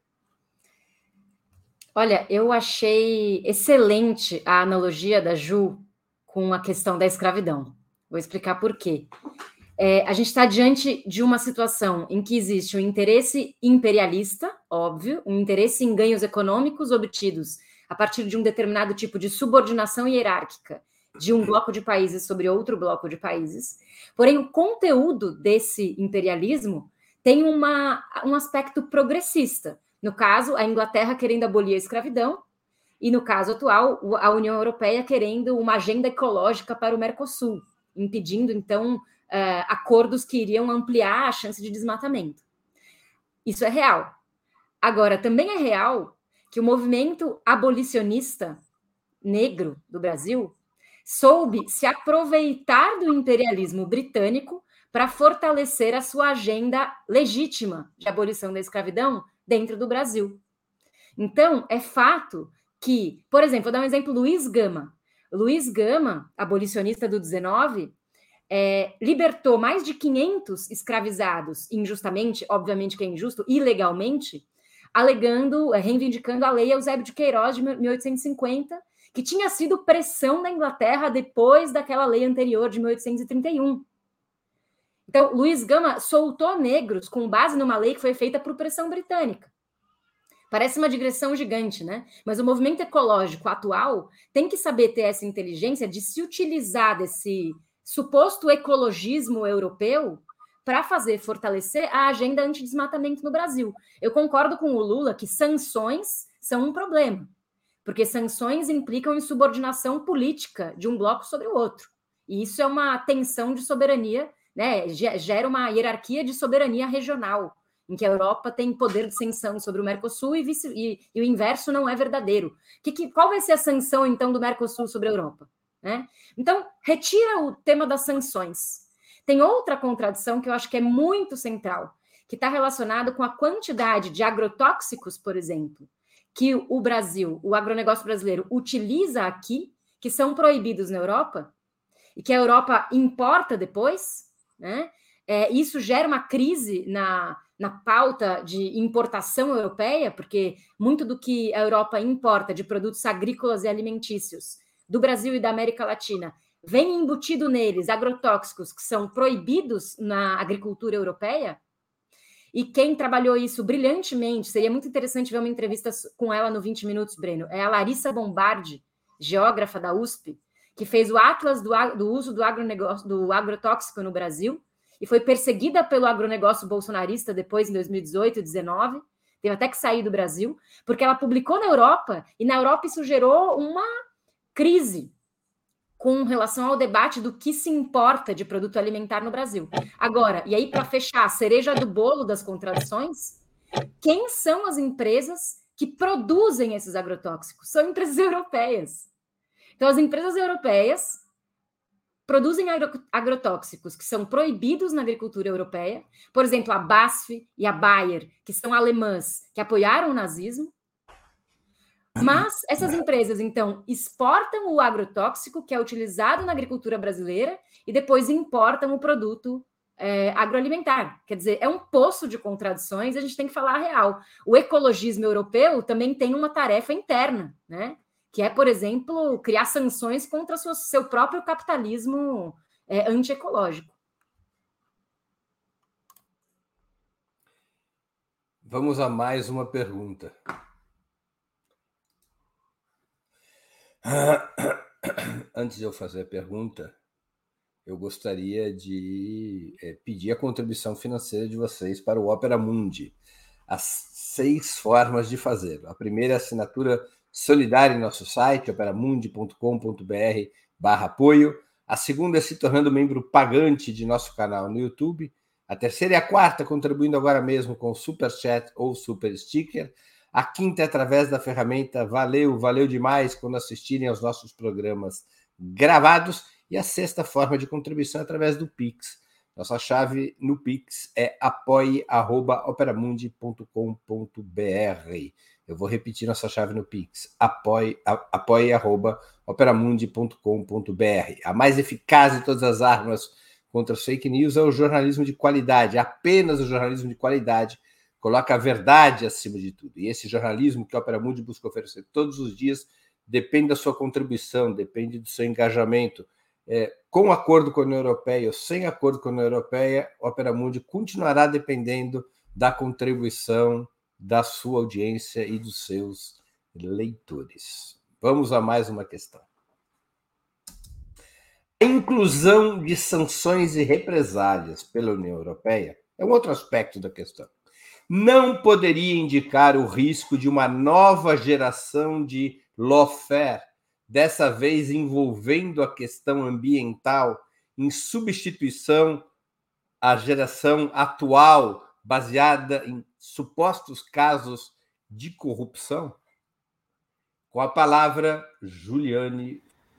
Olha, eu achei excelente a analogia da Ju com a questão da escravidão. Vou explicar por quê. É, a gente está diante de uma situação em que existe um interesse imperialista, óbvio, um interesse em ganhos econômicos obtidos a partir de um determinado tipo de subordinação hierárquica de um bloco de países sobre outro bloco de países. Porém, o conteúdo desse imperialismo tem uma, um aspecto progressista. No caso, a Inglaterra querendo abolir a escravidão e, no caso atual, a União Europeia querendo uma agenda ecológica para o Mercosul, impedindo, então, uh, acordos que iriam ampliar a chance de desmatamento. Isso é real. Agora, também é real que o movimento abolicionista negro do Brasil soube se aproveitar do imperialismo britânico para fortalecer a sua agenda legítima de abolição da escravidão dentro do Brasil. Então, é fato que, por exemplo, vou dar um exemplo, Luiz Gama. Luiz Gama, abolicionista do dezenove, é, libertou mais de quinhentos escravizados injustamente, obviamente que é injusto, ilegalmente, alegando, reivindicando a lei Eusébio de Queiroz de mil oitocentos e cinquenta, que tinha sido pressão da Inglaterra depois daquela lei anterior de mil oitocentos e trinta e um. Então, Luiz Gama soltou negros com base numa lei que foi feita por pressão britânica. Parece uma digressão gigante, né? Mas o movimento ecológico atual tem que saber ter essa inteligência de se utilizar desse suposto ecologismo europeu para fazer fortalecer a agenda antidesmatamento no Brasil. Eu concordo com o Lula que sanções são um problema, porque sanções implicam insubordinação política de um bloco sobre o outro. E isso é uma tensão de soberania, né, gera uma hierarquia de soberania regional, em que a Europa tem poder de sanção sobre o Mercosul e, vice, e, e o inverso não é verdadeiro. Que, que, qual vai ser a sanção, então, do Mercosul sobre a Europa? Né? Então, retira o tema das sanções. Tem outra contradição que eu acho que é muito central, que está relacionado com a quantidade de agrotóxicos, por exemplo, que o Brasil, o agronegócio brasileiro, utiliza aqui, que são proibidos na Europa, e que a Europa importa depois, né? É, isso gera uma crise na, na pauta de importação europeia, porque muito do que a Europa importa de produtos agrícolas e alimentícios do Brasil e da América Latina vem embutido neles agrotóxicos que são proibidos na agricultura europeia. E quem trabalhou isso brilhantemente, seria muito interessante ver uma entrevista com ela no vinte minutos, Breno, é a Larissa Bombardi, geógrafa da U S P, que fez o Atlas do, do uso do, agronegócio, do agrotóxico no Brasil e foi perseguida pelo agronegócio bolsonarista depois, em dois mil e dezoito e dois mil e dezenove, teve até que sair do Brasil, porque ela publicou na Europa, e na Europa isso gerou uma crise com relação ao debate do que se importa de produto alimentar no Brasil. Agora, e aí para fechar a cereja do bolo das contradições, quem são as empresas que produzem esses agrotóxicos? São empresas europeias. Então, as empresas europeias produzem agro, agrotóxicos que são proibidos na agricultura europeia. Por exemplo, a B A S F e a Bayer, que são alemãs, que apoiaram o nazismo. Mas essas empresas, então, exportam o agrotóxico que é utilizado na agricultura brasileira e depois importam o produto é, agroalimentar. Quer dizer, é um poço de contradições, a gente tem que falar a real. O ecologismo europeu também tem uma tarefa interna, né? Que é, por exemplo, criar sanções contra o seu próprio capitalismo é, antiecológico. Vamos a mais uma pergunta. Antes de eu fazer a pergunta, eu gostaria de é, pedir a contribuição financeira de vocês para o Opera Mundi. As seis formas de fazer. A primeira é a assinatura solidária em nosso site, operamundi ponto com ponto br barra apoio. A segunda é se tornando membro pagante de nosso canal no YouTube. A terceira e a quarta, contribuindo agora mesmo com o Super Chat ou Super Sticker. A quinta é através da ferramenta Valeu, valeu demais quando assistirem aos nossos programas gravados. E a sexta forma de contribuição é através do Pix. Nossa chave no Pix é apoie arroba operamundi ponto com ponto br. Eu vou repetir nossa chave no Pix, apoie, apoie arroba operamundi ponto com ponto br. A mais eficaz de todas as armas contra as fake news é o jornalismo de qualidade. Apenas o jornalismo de qualidade coloca a verdade acima de tudo. E esse jornalismo que a Operamundi busca oferecer todos os dias depende da sua contribuição, depende do seu engajamento. É, com acordo com a União Europeia ou sem acordo com a União Europeia, a Operamundi continuará dependendo da contribuição da sua audiência e dos seus leitores. Vamos a mais uma questão. A inclusão de sanções e represálias pela União Europeia é um outro aspecto da questão. Não poderia indicar o risco de uma nova geração de lawfare, dessa vez envolvendo a questão ambiental, em substituição à geração atual, baseada em supostos casos de corrupção? Com a palavra, Juliane.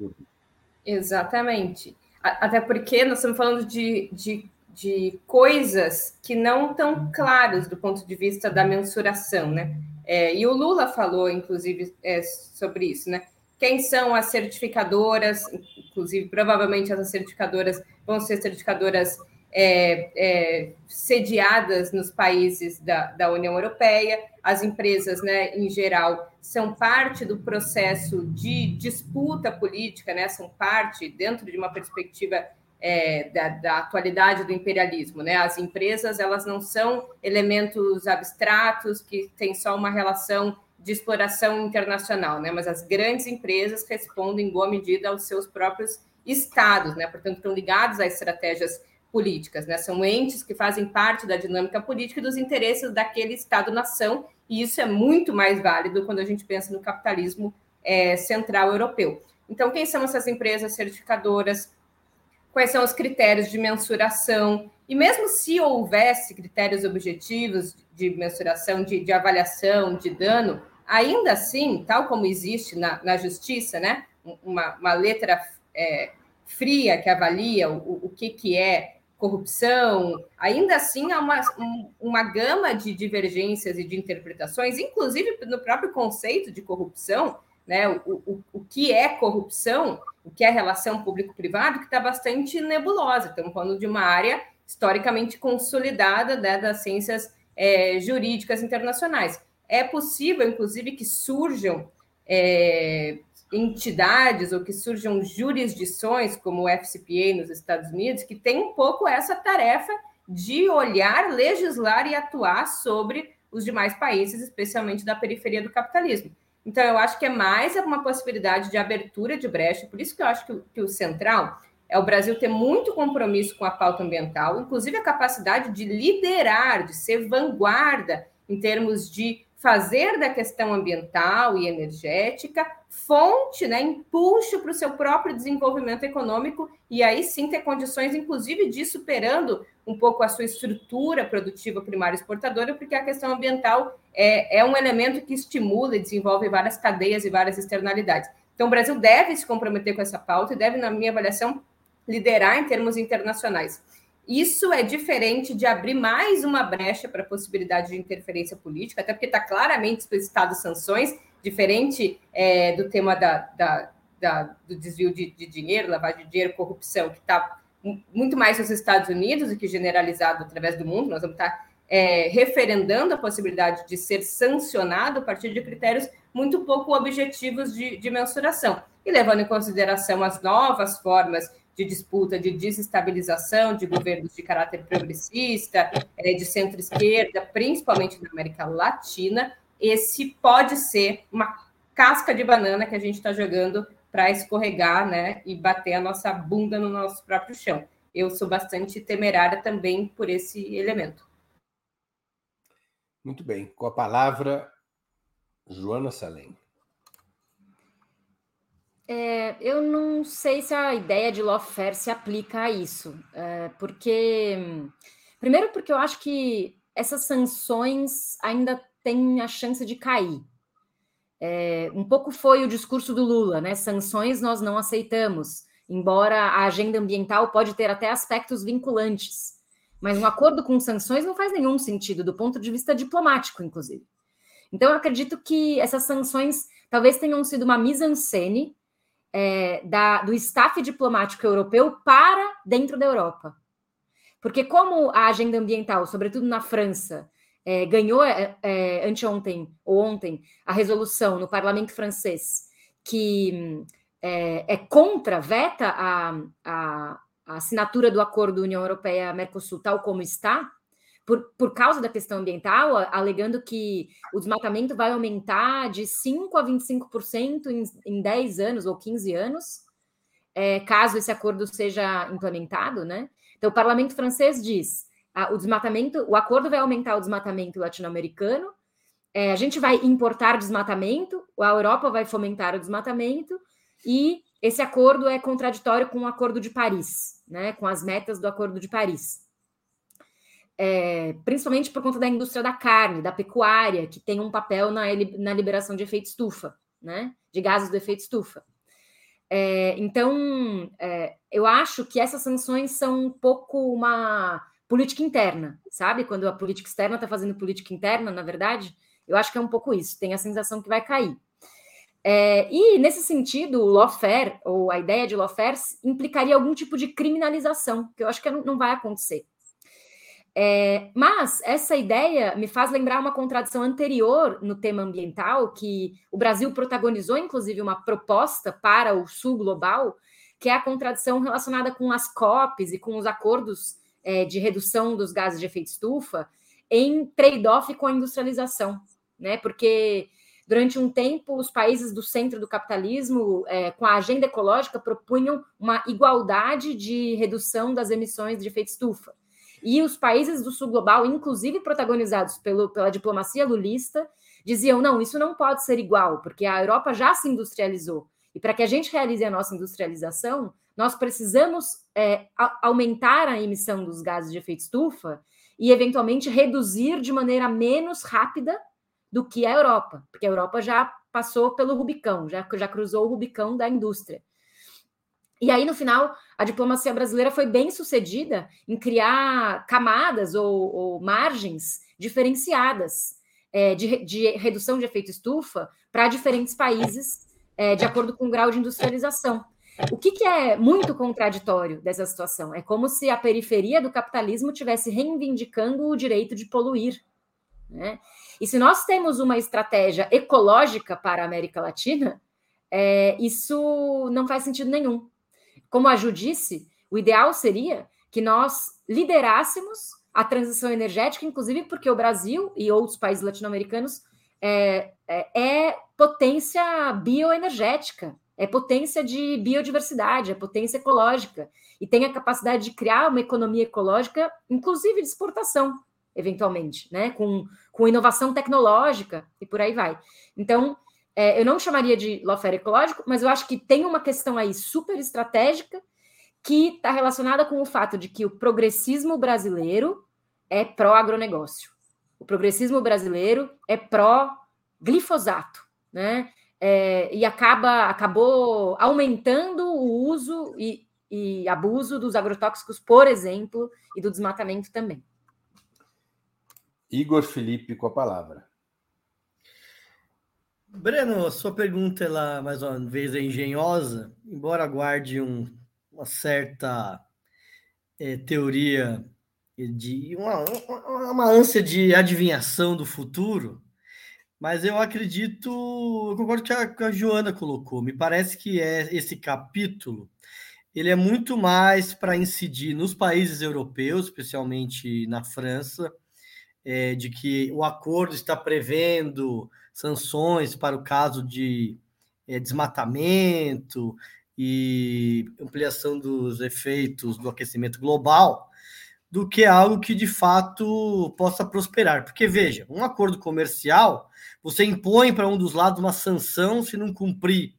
Exatamente. Até porque nós estamos falando de, de, de coisas que não estão claras do ponto de vista da mensuração, né? É, e o Lula falou, inclusive, é, sobre isso, né? Quem são as certificadoras, inclusive, provavelmente essas certificadoras vão ser certificadoras é, é, sediadas nos países da, da União Europeia. As empresas, né, em geral, são parte do processo de disputa política, né? São parte, dentro de uma perspectiva é, da, da atualidade do imperialismo, né? As empresas, elas não são elementos abstratos que têm só uma relação de exploração internacional, né? Mas as grandes empresas respondem em boa medida aos seus próprios estados, né? Portanto, estão ligados a estratégias políticas, né? São entes que fazem parte da dinâmica política e dos interesses daquele Estado-nação, e isso é muito mais válido quando a gente pensa no capitalismo é, central europeu. Então, quem são essas empresas certificadoras? Quais são os critérios de mensuração? E mesmo se houvesse critérios objetivos de mensuração, de, de avaliação, de dano, ainda assim, tal como existe na, na justiça, né, uma, uma letra é, fria que avalia o, o que, que é corrupção, ainda assim há uma, uma gama de divergências e de interpretações, inclusive no próprio conceito de corrupção, né, o, o, o que é corrupção, o que é relação público-privado, que está bastante nebulosa. Estamos falando de uma área historicamente consolidada, né, das ciências é, jurídicas internacionais. É possível, inclusive, que surjam é, entidades ou que surjam jurisdições, como o F C P A nos Estados Unidos, que tem um pouco essa tarefa de olhar, legislar e atuar sobre os demais países, especialmente da periferia do capitalismo. Então, eu acho que é mais uma possibilidade de abertura de brecha, por isso que eu acho que o, que o central é o Brasil ter muito compromisso com a pauta ambiental, inclusive a capacidade de liderar, de ser vanguarda em termos de fazer da questão ambiental e energética fonte, né, impulso para o seu próprio desenvolvimento econômico, e aí sim ter condições, inclusive, de ir superando um pouco a sua estrutura produtiva primária exportadora, porque a questão ambiental é, é um elemento que estimula e desenvolve várias cadeias e várias externalidades. Então, o Brasil deve se comprometer com essa pauta e deve, na minha avaliação, liderar em termos internacionais. Isso é diferente de abrir mais uma brecha para a possibilidade de interferência política, até porque está claramente explicitado sanções, diferente é, do tema da, da, da, do desvio de, de dinheiro, lavagem de dinheiro, corrupção, que está muito mais nos Estados Unidos do que generalizado através do mundo. Nós vamos estar é, referendando a possibilidade de ser sancionado a partir de critérios muito pouco objetivos de, de mensuração. E levando em consideração as novas formas de disputa, de desestabilização de governos de caráter progressista, de centro-esquerda, principalmente na América Latina, esse pode ser uma casca de banana que a gente está jogando para escorregar, né, e bater a nossa bunda no nosso próprio chão. Eu sou bastante temerária também por esse elemento. Muito bem. Com a palavra, Joana Salem. É, eu não sei se a ideia de lawfare se aplica a isso, é, porque... Primeiro porque eu acho que essas sanções ainda têm a chance de cair. É, um pouco foi o discurso do Lula, né? Sanções nós não aceitamos, embora a agenda ambiental pode ter até aspectos vinculantes. Mas um acordo com sanções não faz nenhum sentido, do ponto de vista diplomático, inclusive. Então, eu acredito que essas sanções talvez tenham sido uma mise-en-scène é, da, do staff diplomático europeu para dentro da Europa. Porque como a agenda ambiental, sobretudo na França, é, ganhou é, é, anteontem ou ontem a resolução no parlamento francês que é, é contra, veta a, a, a assinatura do acordo União Europeia-Mercosul tal como está, por, por causa da questão ambiental, alegando que o desmatamento vai aumentar de cinco por cento a vinte e cinco por cento em, em dez anos ou quinze anos, é, caso esse acordo seja implementado, né? Então, o parlamento francês diz, ah, o desmatamento, o acordo vai aumentar o desmatamento latino-americano, é, a gente vai importar desmatamento, a Europa vai fomentar o desmatamento, e esse acordo é contraditório com o Acordo de Paris, né, com as metas do Acordo de Paris. É, principalmente por conta da indústria da carne, da pecuária, que tem um papel na, na liberação de efeito estufa, né, de gases do efeito estufa. É, então, é, eu acho que essas sanções são um pouco uma política interna, sabe? Quando a política externa está fazendo política interna, na verdade, eu acho que é um pouco isso, tem a sensação que vai cair. É, e, nesse sentido, o lawfare, ou a ideia de lawfare, implicaria algum tipo de criminalização, que eu acho que não vai acontecer. É, mas essa ideia me faz lembrar uma contradição anterior no tema ambiental, que o Brasil protagonizou, inclusive, uma proposta para o Sul Global, que é a contradição relacionada com as COPs e com os acordos é, de redução dos gases de efeito estufa em trade-off com a industrialização, né? Porque durante um tempo os países do centro do capitalismo, é, com a agenda ecológica, propunham uma igualdade de redução das emissões de efeito estufa. E os países do Sul Global, inclusive protagonizados pelo, pela diplomacia lulista, diziam, não, isso não pode ser igual, porque a Europa já se industrializou. E para que a gente realize a nossa industrialização, nós precisamos é, aumentar a emissão dos gases de efeito estufa e, eventualmente, reduzir de maneira menos rápida do que a Europa, porque a Europa já passou pelo Rubicão, já, já cruzou o Rubicão da indústria. E aí, no final, a diplomacia brasileira foi bem sucedida em criar camadas ou, ou margens diferenciadas é, de, de redução de efeito estufa para diferentes países, é, de acordo com o grau de industrialização. O que, que é muito contraditório dessa situação? É como se a periferia do capitalismo estivesse reivindicando o direito de poluir, né? E se nós temos uma estratégia ecológica para a América Latina, é, isso não faz sentido nenhum. Como a Ju disse, o ideal seria que nós liderássemos a transição energética, inclusive porque o Brasil e outros países latino-americanos é, é, é potência bioenergética, é potência de biodiversidade, é potência ecológica, e tem a capacidade de criar uma economia ecológica, inclusive de exportação, eventualmente, né? com, com inovação tecnológica e por aí vai. Então, É, eu não chamaria de lawfare ecológico, mas eu acho que tem uma questão aí super estratégica que está relacionada com o fato de que o progressismo brasileiro é pró-agronegócio. O progressismo brasileiro é pró-glifosato, né? É, e acaba, acabou aumentando o uso e, e abuso dos agrotóxicos, por exemplo, e do desmatamento também. Igor Felipe com a palavra. Breno, a sua pergunta, ela, mais uma vez, é engenhosa, embora guarde um, uma certa é, teoria de uma, uma ânsia de adivinhação do futuro, mas eu acredito, eu concordo com a, que a Joana colocou, me parece que é, esse capítulo ele é muito mais para incidir nos países europeus, especialmente na França, é, de que o acordo está prevendo sanções para o caso de é, desmatamento e ampliação dos efeitos do aquecimento global, do que algo que de fato possa prosperar. Porque, veja, um acordo comercial, você impõe para um dos lados uma sanção se não cumprir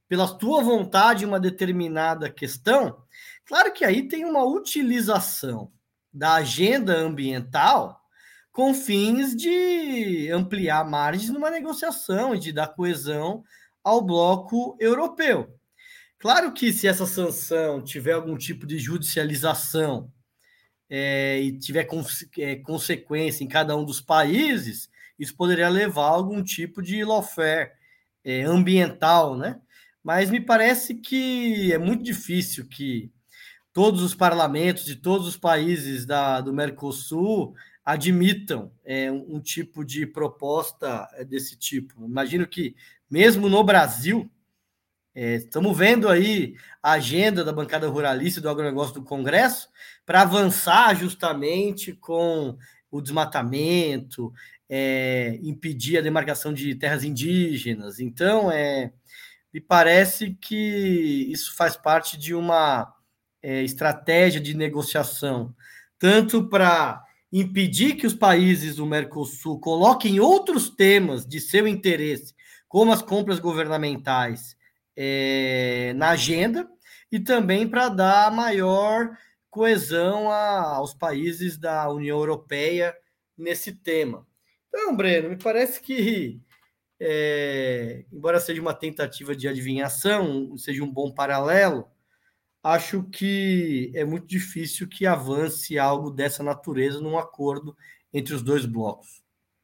pela tua vontade uma determinada questão, claro que aí tem uma utilização da agenda ambiental com fins de ampliar margens numa negociação e de dar coesão ao bloco europeu. Claro que se essa sanção tiver algum tipo de judicialização é, e tiver cons- é, consequência em cada um dos países, isso poderia levar a algum tipo de lawfare é, ambiental, né? Mas me parece que é muito difícil que todos os parlamentos de todos os países da, do Mercosul admitam é, um, um tipo de proposta desse tipo. Imagino que, mesmo no Brasil, é, estamos vendo aí a agenda da bancada ruralista e do agronegócio do Congresso para avançar justamente com o desmatamento, é, impedir a demarcação de terras indígenas. Então, é, me parece que isso faz parte de uma é, estratégia de negociação, tanto para impedir que os países do Mercosul coloquem outros temas de seu interesse, como as compras governamentais, é, na agenda, e também para dar maior coesão a, aos países da União Europeia nesse tema. Então, Breno, me parece que, é, embora seja uma tentativa de adivinhação, seja um bom paralelo, acho que é muito difícil que avance algo dessa natureza num acordo entre os dois blocos.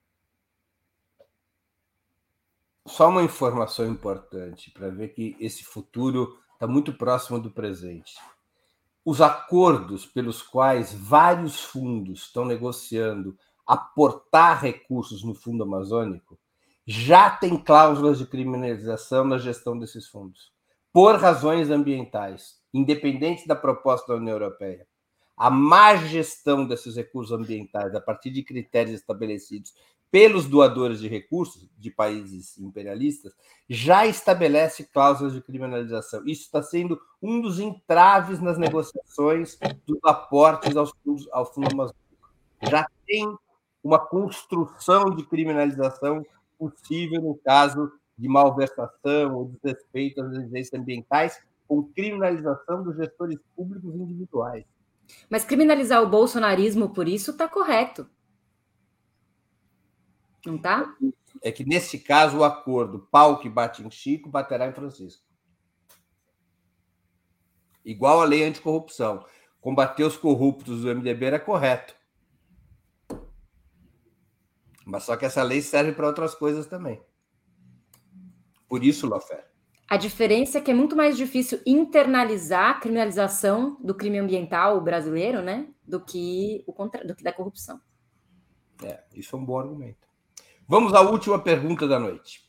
Só uma informação importante para ver que esse futuro está muito próximo do presente. Os acordos pelos quais vários fundos estão negociando aportar recursos no Fundo Amazônico já tem cláusulas de criminalização na gestão desses fundos, por razões ambientais, independente da proposta da União Europeia. A má gestão desses recursos ambientais, a partir de critérios estabelecidos pelos doadores de recursos de países imperialistas, já estabelece cláusulas de criminalização. Isso está sendo um dos entraves nas negociações dos aportes aos fundos, ao Fundo Amazônico. Já tem uma construção de criminalização possível no caso de malversação ou desrespeito às exigências ambientais, com criminalização dos gestores públicos individuais. Mas criminalizar o bolsonarismo por isso está correto. Não tá? É que, nesse caso, o acordo pau que bate em Chico, baterá em Francisco. Igual a lei anticorrupção. Combater os corruptos do M D B era correto. Mas só que essa lei serve para outras coisas também. Por isso, lawfare. A diferença é que é muito mais difícil internalizar a criminalização do crime ambiental brasileiro, né, do que o contra... do que da corrupção. É, isso é um bom argumento. Vamos à última pergunta da noite.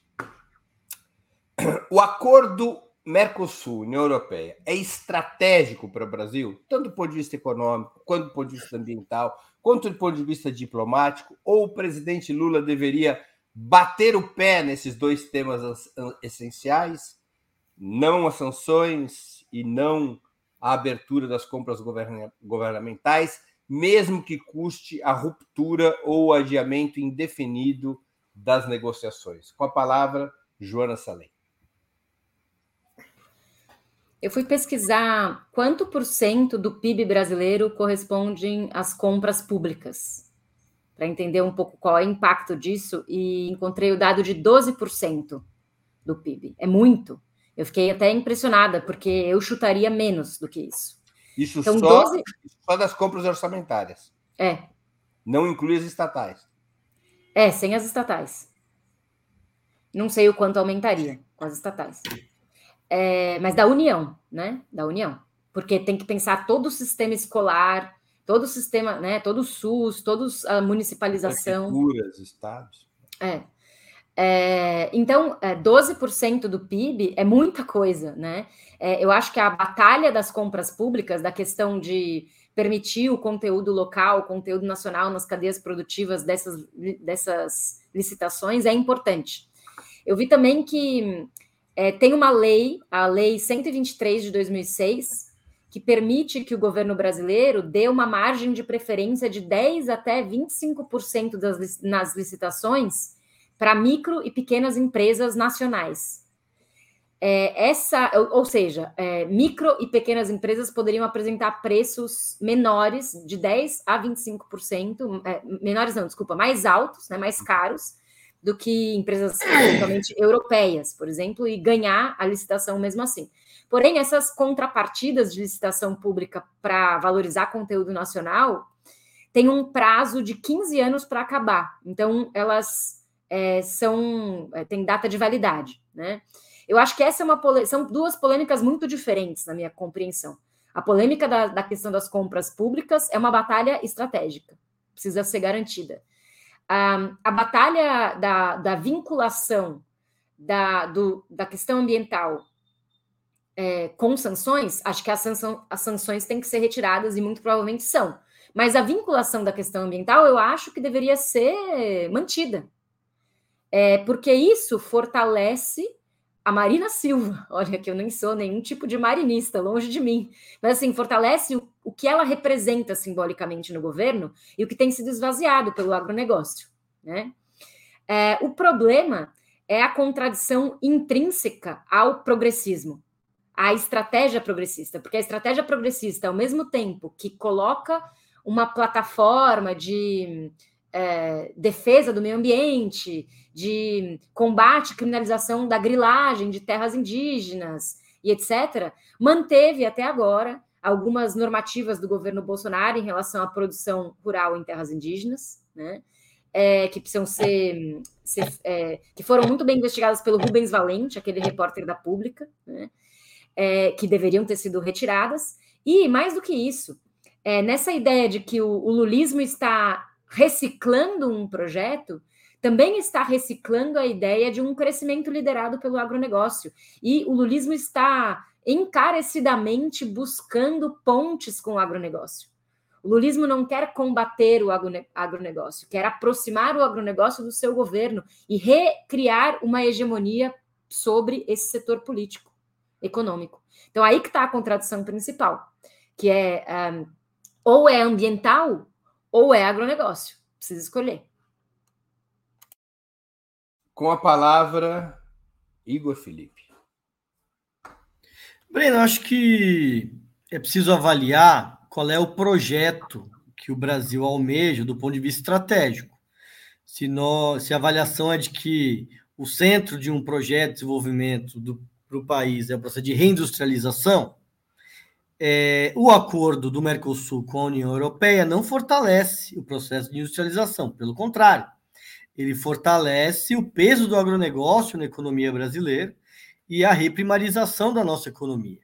O acordo Mercosul-União Europeia é estratégico para o Brasil, tanto do ponto de vista econômico, quanto do ponto de vista ambiental, quanto do ponto de vista diplomático, ou o presidente Lula deveria bater o pé nesses dois temas essenciais, não as sanções e não a abertura das compras governamentais, mesmo que custe a ruptura ou o adiamento indefinido das negociações? Com a palavra, Joana Salem. Eu fui pesquisar quanto por cento do P I B brasileiro correspondem às compras públicas, para entender um pouco qual é o impacto disso, e encontrei o dado de doze por cento do P I B. É muito. Eu fiquei até impressionada, porque eu chutaria menos do que isso. Isso então, só, doze... só das compras orçamentárias. É. Não inclui as estatais. É, sem as estatais. Não sei o quanto aumentaria com as estatais. É, mas da União, né? Da União. Porque tem que pensar todo o sistema escolar, todo o sistema, né? Todo o SUS, toda a municipalização. Prefeituras, estados. É. É, então, é, doze por cento do P I B é muita coisa, né? É, eu acho que a batalha das compras públicas, da questão de permitir o conteúdo local, o conteúdo nacional nas cadeias produtivas dessas, dessas licitações é importante. Eu vi também que é, tem uma lei, a Lei cento e vinte e três de dois mil e seis, que permite que o governo brasileiro dê uma margem de preferência de dez até vinte e cinco por cento das, nas licitações para micro e pequenas empresas nacionais. É, essa, ou, ou seja, é, micro e pequenas empresas poderiam apresentar preços menores, de dez a vinte e cinco por cento, é, menores não, desculpa, mais altos, né, mais caros, do que empresas eventualmente europeias, por exemplo, e ganhar a licitação mesmo assim. Porém, essas contrapartidas de licitação pública para valorizar conteúdo nacional têm um prazo de quinze anos para acabar. Então, elas é, são é, têm data de validade, né? Eu acho que essa é uma pole... são duas polêmicas muito diferentes na minha compreensão. A polêmica da, da questão das compras públicas é uma batalha estratégica, precisa ser garantida. Um, a batalha da, da vinculação da, do, da questão ambiental é, com sanções, acho que as, sanção, as sanções têm que ser retiradas e muito provavelmente são. Mas a vinculação da questão ambiental eu acho que deveria ser mantida. É, porque isso fortalece a Marina Silva. Olha que eu nem sou nenhum tipo de marinista, longe de mim. Mas assim, fortalece o, o que ela representa simbolicamente no governo e o que tem sido esvaziado pelo agronegócio, né? É, o problema é a contradição intrínseca ao progressismo, à estratégia progressista, porque a estratégia progressista, ao mesmo tempo que coloca uma plataforma de é, defesa do meio ambiente, de combate à criminalização da grilagem de terras indígenas e etcétera, manteve até agora algumas normativas do governo Bolsonaro em relação à produção rural em terras indígenas, né? É, que precisam ser, ser é, que foram muito bem investigadas pelo Rubens Valente, aquele repórter da Pública, né? É, que deveriam ter sido retiradas. E, mais do que isso, é, nessa ideia de que o, o lulismo está reciclando um projeto, também está reciclando a ideia de um crescimento liderado pelo agronegócio. E o lulismo está encarecidamente buscando pontes com o agronegócio. O lulismo não quer combater o agronegócio, quer aproximar o agronegócio do seu governo e recriar uma hegemonia sobre esse setor político, econômico. Então, aí que está a contradição principal, que é um, ou é ambiental ou é agronegócio. Precisa escolher. Com a palavra, Igor Felipe. Breno, acho que é preciso avaliar qual é o projeto que o Brasil almeja do ponto de vista estratégico. Se, nós, se a avaliação é de que o centro de um projeto de desenvolvimento para o país é o processo de reindustrialização, é, o acordo do Mercosul com a União Europeia não fortalece o processo de industrialização, pelo contrário, ele fortalece o peso do agronegócio na economia brasileira e a reprimarização da nossa economia.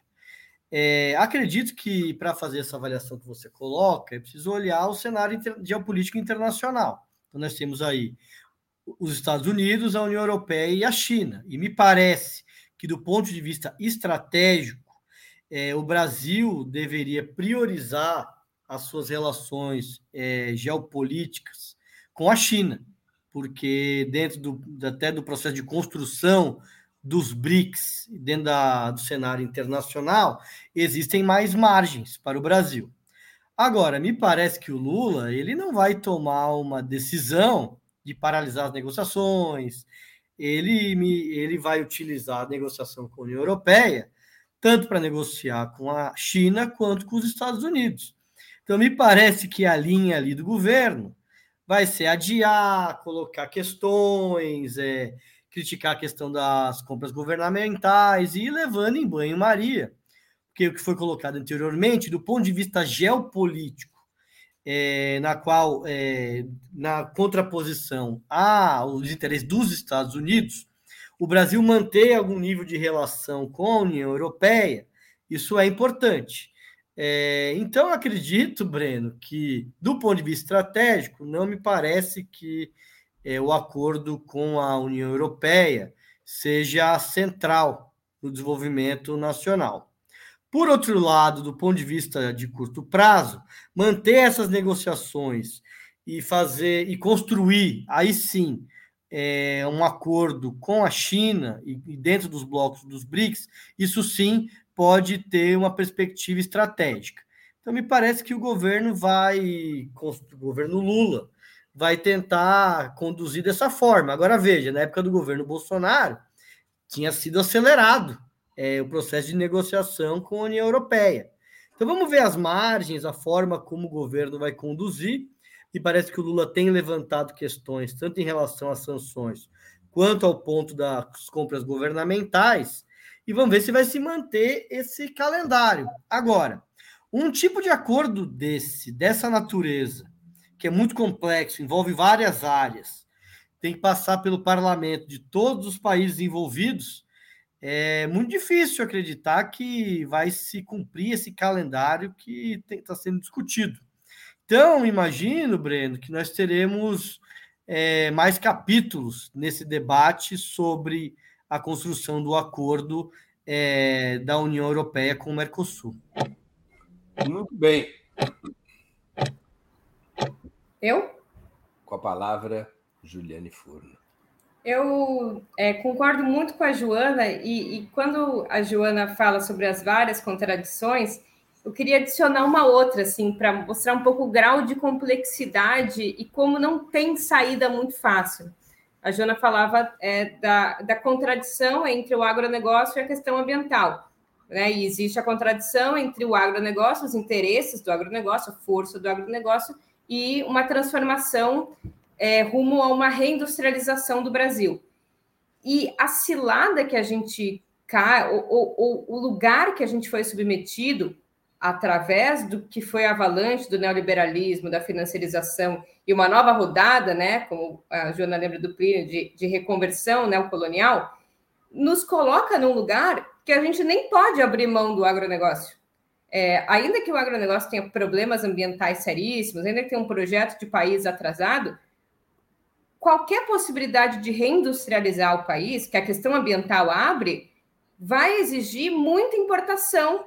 É, acredito que, para fazer essa avaliação que você coloca, é preciso olhar o cenário inter- geopolítico internacional. Então, nós temos aí os Estados Unidos, a União Europeia e a China. E me parece que, do ponto de vista estratégico, é, o Brasil deveria priorizar as suas relações é, geopolíticas com a China, porque dentro do, até do processo de construção dos BRICS, dentro da, do cenário internacional, existem mais margens para o Brasil. Agora, me parece que o Lula ele não vai tomar uma decisão de paralisar as negociações, ele, me, ele vai utilizar a negociação com a União Europeia, tanto para negociar com a China quanto com os Estados Unidos. Então, me parece que a linha ali do governo vai ser adiar, colocar questões, é, criticar a questão das compras governamentais e ir levando em banho-maria, porque o que foi colocado anteriormente, do ponto de vista geopolítico, é, na qual, é, na contraposição aos interesses dos Estados Unidos, o Brasil manter algum nível de relação com a União Europeia, isso é importante. É, então, acredito, Breno, que, do ponto de vista estratégico, não me parece que é, o acordo com a União Europeia seja central no desenvolvimento nacional. Por outro lado, do ponto de vista de curto prazo, manter essas negociações e fazer e construir, aí sim, é, um acordo com a China e, e dentro dos blocos dos BRICS, isso sim pode ter uma perspectiva estratégica. Então, me parece que o governo vai, o governo Lula, vai tentar conduzir dessa forma. Agora, veja, na época do governo Bolsonaro, tinha sido acelerado é, o processo de negociação com a União Europeia. Então vamos ver as margens, a forma como o governo vai conduzir, e parece que o Lula tem levantado questões, tanto em relação às sanções, quanto ao ponto das compras governamentais, e vamos ver se vai se manter esse calendário. Agora, um tipo de acordo desse, dessa natureza, que é muito complexo, envolve várias áreas, tem que passar pelo parlamento de todos os países envolvidos, é muito difícil acreditar que vai se cumprir esse calendário que está sendo discutido. Então, imagino, Breno, que nós teremos é, mais capítulos nesse debate sobre a construção do acordo é, da União Europeia com o Mercosul. Muito bem. Eu? Com a palavra, Juliane Furno. Eu é, concordo muito com a Joana, e, e quando a Joana fala sobre as várias contradições, eu queria adicionar uma outra, assim, para mostrar um pouco o grau de complexidade e como não tem saída muito fácil. A Joana falava é, da, da contradição entre o agronegócio e a questão ambiental, né? E existe a contradição entre o agronegócio, os interesses do agronegócio, a força do agronegócio, e uma transformação é, rumo a uma reindustrialização do Brasil. E a cilada que a gente cai, o, o, o lugar que a gente foi submetido através do que foi a avalanche do neoliberalismo, da financiarização e uma nova rodada, né, como a Joana lembra do Plínio, de, de reconversão neocolonial, nos coloca num lugar que a gente nem pode abrir mão do agronegócio. É, ainda que o agronegócio tenha problemas ambientais seríssimos, ainda que tenha um projeto de país atrasado, qualquer possibilidade de reindustrializar o país, que a questão ambiental abre, vai exigir muita importação,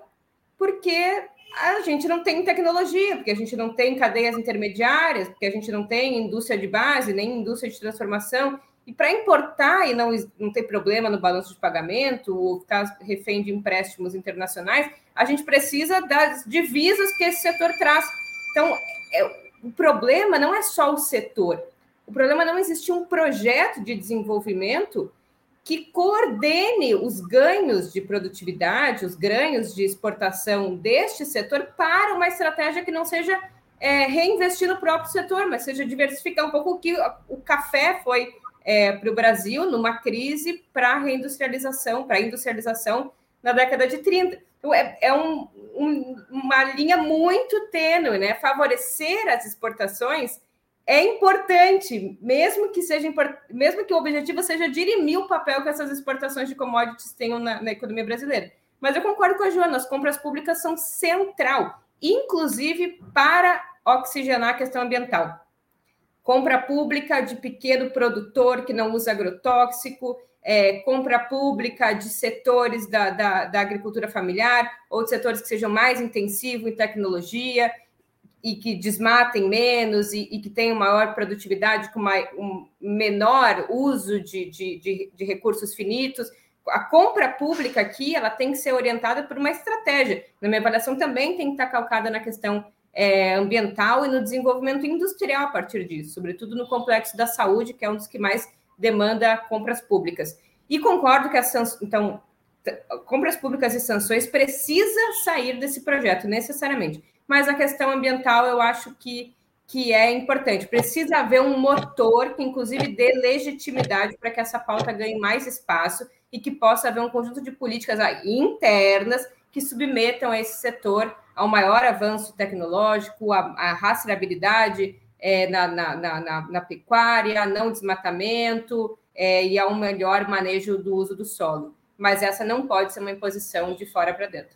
porque a gente não tem tecnologia, porque a gente não tem cadeias intermediárias, porque a gente não tem indústria de base, nem indústria de transformação. E para importar e não, não ter problema no balanço de pagamento, ou ficar refém de empréstimos internacionais, a gente precisa das divisas que esse setor traz. Então, é, o problema não é só o setor. O problema é não existir um projeto de desenvolvimento que coordene os ganhos de produtividade, os ganhos de exportação deste setor para uma estratégia que não seja é, reinvestir no próprio setor, mas seja diversificar um pouco o que o café foi é, para o Brasil numa crise para a reindustrialização, para a industrialização na década de trinta. Então, é, é um, um, uma linha muito tênue, né? Favorecer as exportações é importante, mesmo que seja mesmo que o objetivo seja dirimir o papel que essas exportações de commodities tenham na, na economia brasileira. Mas eu concordo com a Joana, as compras públicas são central, inclusive para oxigenar a questão ambiental. Compra pública de pequeno produtor que não usa agrotóxico, é, compra pública de setores da, da, da agricultura familiar, ou de setores que sejam mais intensivos em tecnologia, e que desmatem menos e, e que tenham maior produtividade com uma, um menor uso de, de, de, de recursos finitos. A compra pública aqui ela tem que ser orientada por uma estratégia. Na minha avaliação também tem que estar calcada na questão é, ambiental e no desenvolvimento industrial a partir disso, sobretudo no complexo da saúde, que é um dos que mais demanda compras públicas. E concordo que as então, compras públicas e sanções precisa sair desse projeto, necessariamente. Mas a questão ambiental eu acho que, que é importante. Precisa haver um motor que, inclusive, dê legitimidade para que essa pauta ganhe mais espaço e que possa haver um conjunto de políticas internas que submetam esse setor ao maior avanço tecnológico, a, a rastreabilidade é, na, na, na, na pecuária, não desmatamento é, e a um melhor manejo do uso do solo. Mas essa não pode ser uma imposição de fora para dentro.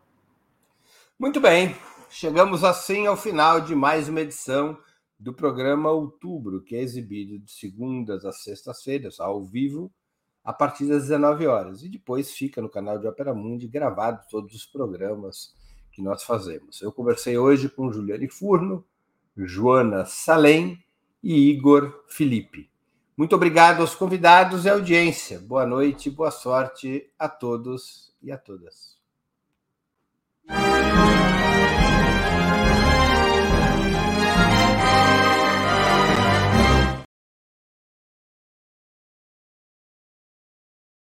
Muito bem. Chegamos assim ao final de mais uma edição do programa Outubro, que é exibido de segundas a sextas-feiras, ao vivo, a partir das dezenove horas. E depois fica no canal de Ópera Mundi gravado todos os programas que nós fazemos. Eu conversei hoje com Juliane Furno, Joana Salem e Igor Felipe. Muito obrigado aos convidados e à audiência. Boa noite e boa sorte a todos e a todas.